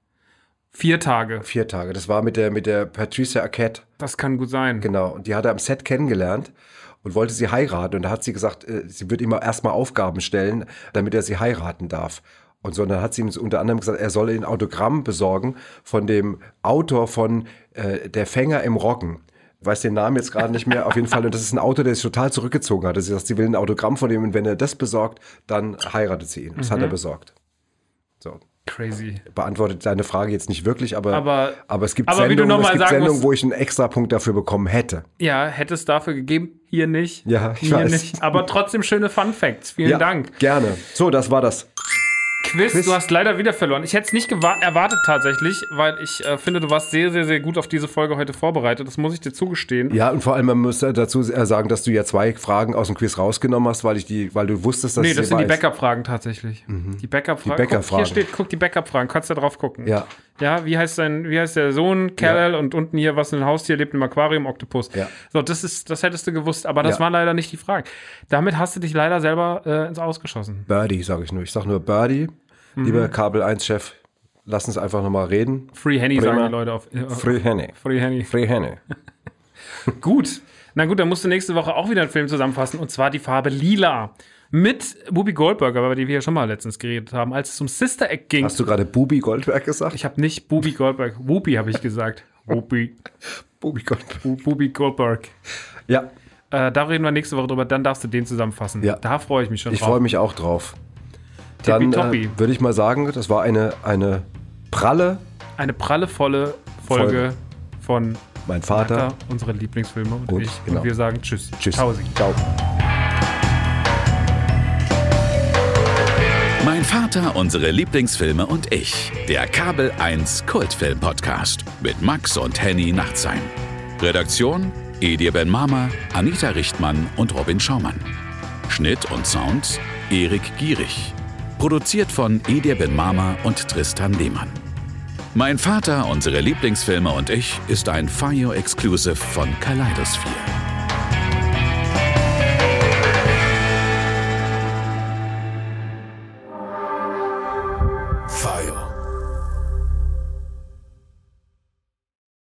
4 Tage. 4 Tage. Das war mit der Patricia Arquette. Das kann gut sein. Genau. Und die hat er am Set kennengelernt und wollte sie heiraten. Und da hat sie gesagt, sie wird ihm erstmal Aufgaben stellen, damit er sie heiraten darf. Und so, und dann hat sie ihm unter anderem gesagt, er solle ein Autogramm besorgen von dem Autor von Der Fänger im Roggen. Ich weiß den Namen jetzt gerade nicht mehr, auf jeden Fall. Und das ist ein Autor, der sich total zurückgezogen hat. Sie sagt, sie will ein Autogramm von ihm und wenn er das besorgt, dann heiratet sie ihn. Das hat er besorgt. So. Crazy. Beantwortet deine Frage jetzt nicht wirklich, aber es gibt aber Sendungen, wo ich einen Extrapunkt dafür bekommen hätte. Ja, hätte es dafür gegeben. Hier nicht. Ja, ich weiß. Nicht. Aber trotzdem schöne Fun Facts. Vielen Dank. Gerne. So, das war das. Quiz, du hast leider wieder verloren. Ich hätte es nicht erwartet tatsächlich, weil ich finde, du warst sehr, sehr, sehr gut auf diese Folge heute vorbereitet. Das muss ich dir zugestehen. Ja, und vor allem, man muss dazu sagen, dass du ja 2 Fragen aus dem Quiz rausgenommen hast, weil du wusstest, dass Nee, das sind die Backup-Fragen tatsächlich. Die Backup-Fragen. Hier steht, guck, die Backup-Fragen. Kannst du da drauf gucken. Ja. Ja, wie heißt der Sohn? Carol und unten hier, was ein Haustier lebt im Aquarium, Oktopus. Ja. So, das hättest du gewusst, aber das waren leider nicht die Fragen. Damit hast du dich leider selber ins Ausgeschossen. Birdie, sage ich nur. Ich sage nur Birdie. Lieber Kabel 1-Chef, lass uns einfach nochmal reden. Free Henny sagen die Leute auf. Free Henny. Free Henny. Free Henny. Gut. Na gut, dann musst du nächste Woche auch wieder einen Film zusammenfassen, und zwar die Farbe Lila. Mit Whoopi Goldberg, über die wir ja schon mal letztens geredet haben, als es um Sister Act ging. Hast du gerade Whoopi Goldberg gesagt? Ich habe nicht Whoopi Goldberg. Whoopi habe ich gesagt. Whoopi Goldberg. Whoopi Goldberg. Ja. Da reden wir nächste Woche drüber, dann darfst du den zusammenfassen. Ja. Da freue ich mich schon drauf. Ich freue mich auch drauf. Dann würde ich mal sagen, das war eine prallevolle Folge von Mein Vater, unsere Lieblingsfilme und ich. Genau. Und wir sagen Tschüss. Tausi. Ciao. Mein Vater, unsere Lieblingsfilme und ich. Der Kabel 1 Kultfilm-Podcast mit Max und Henny Nachtsheim. Redaktion Edir Ben-Mama, Anita Richtmann und Robin Schaumann. Schnitt und Sound Erik Gierig. Produziert von Edir Ben-Mama und Tristan Lehmann. Mein Vater, unsere Lieblingsfilme und ich ist ein FIO Exclusive von Kaleidosphere.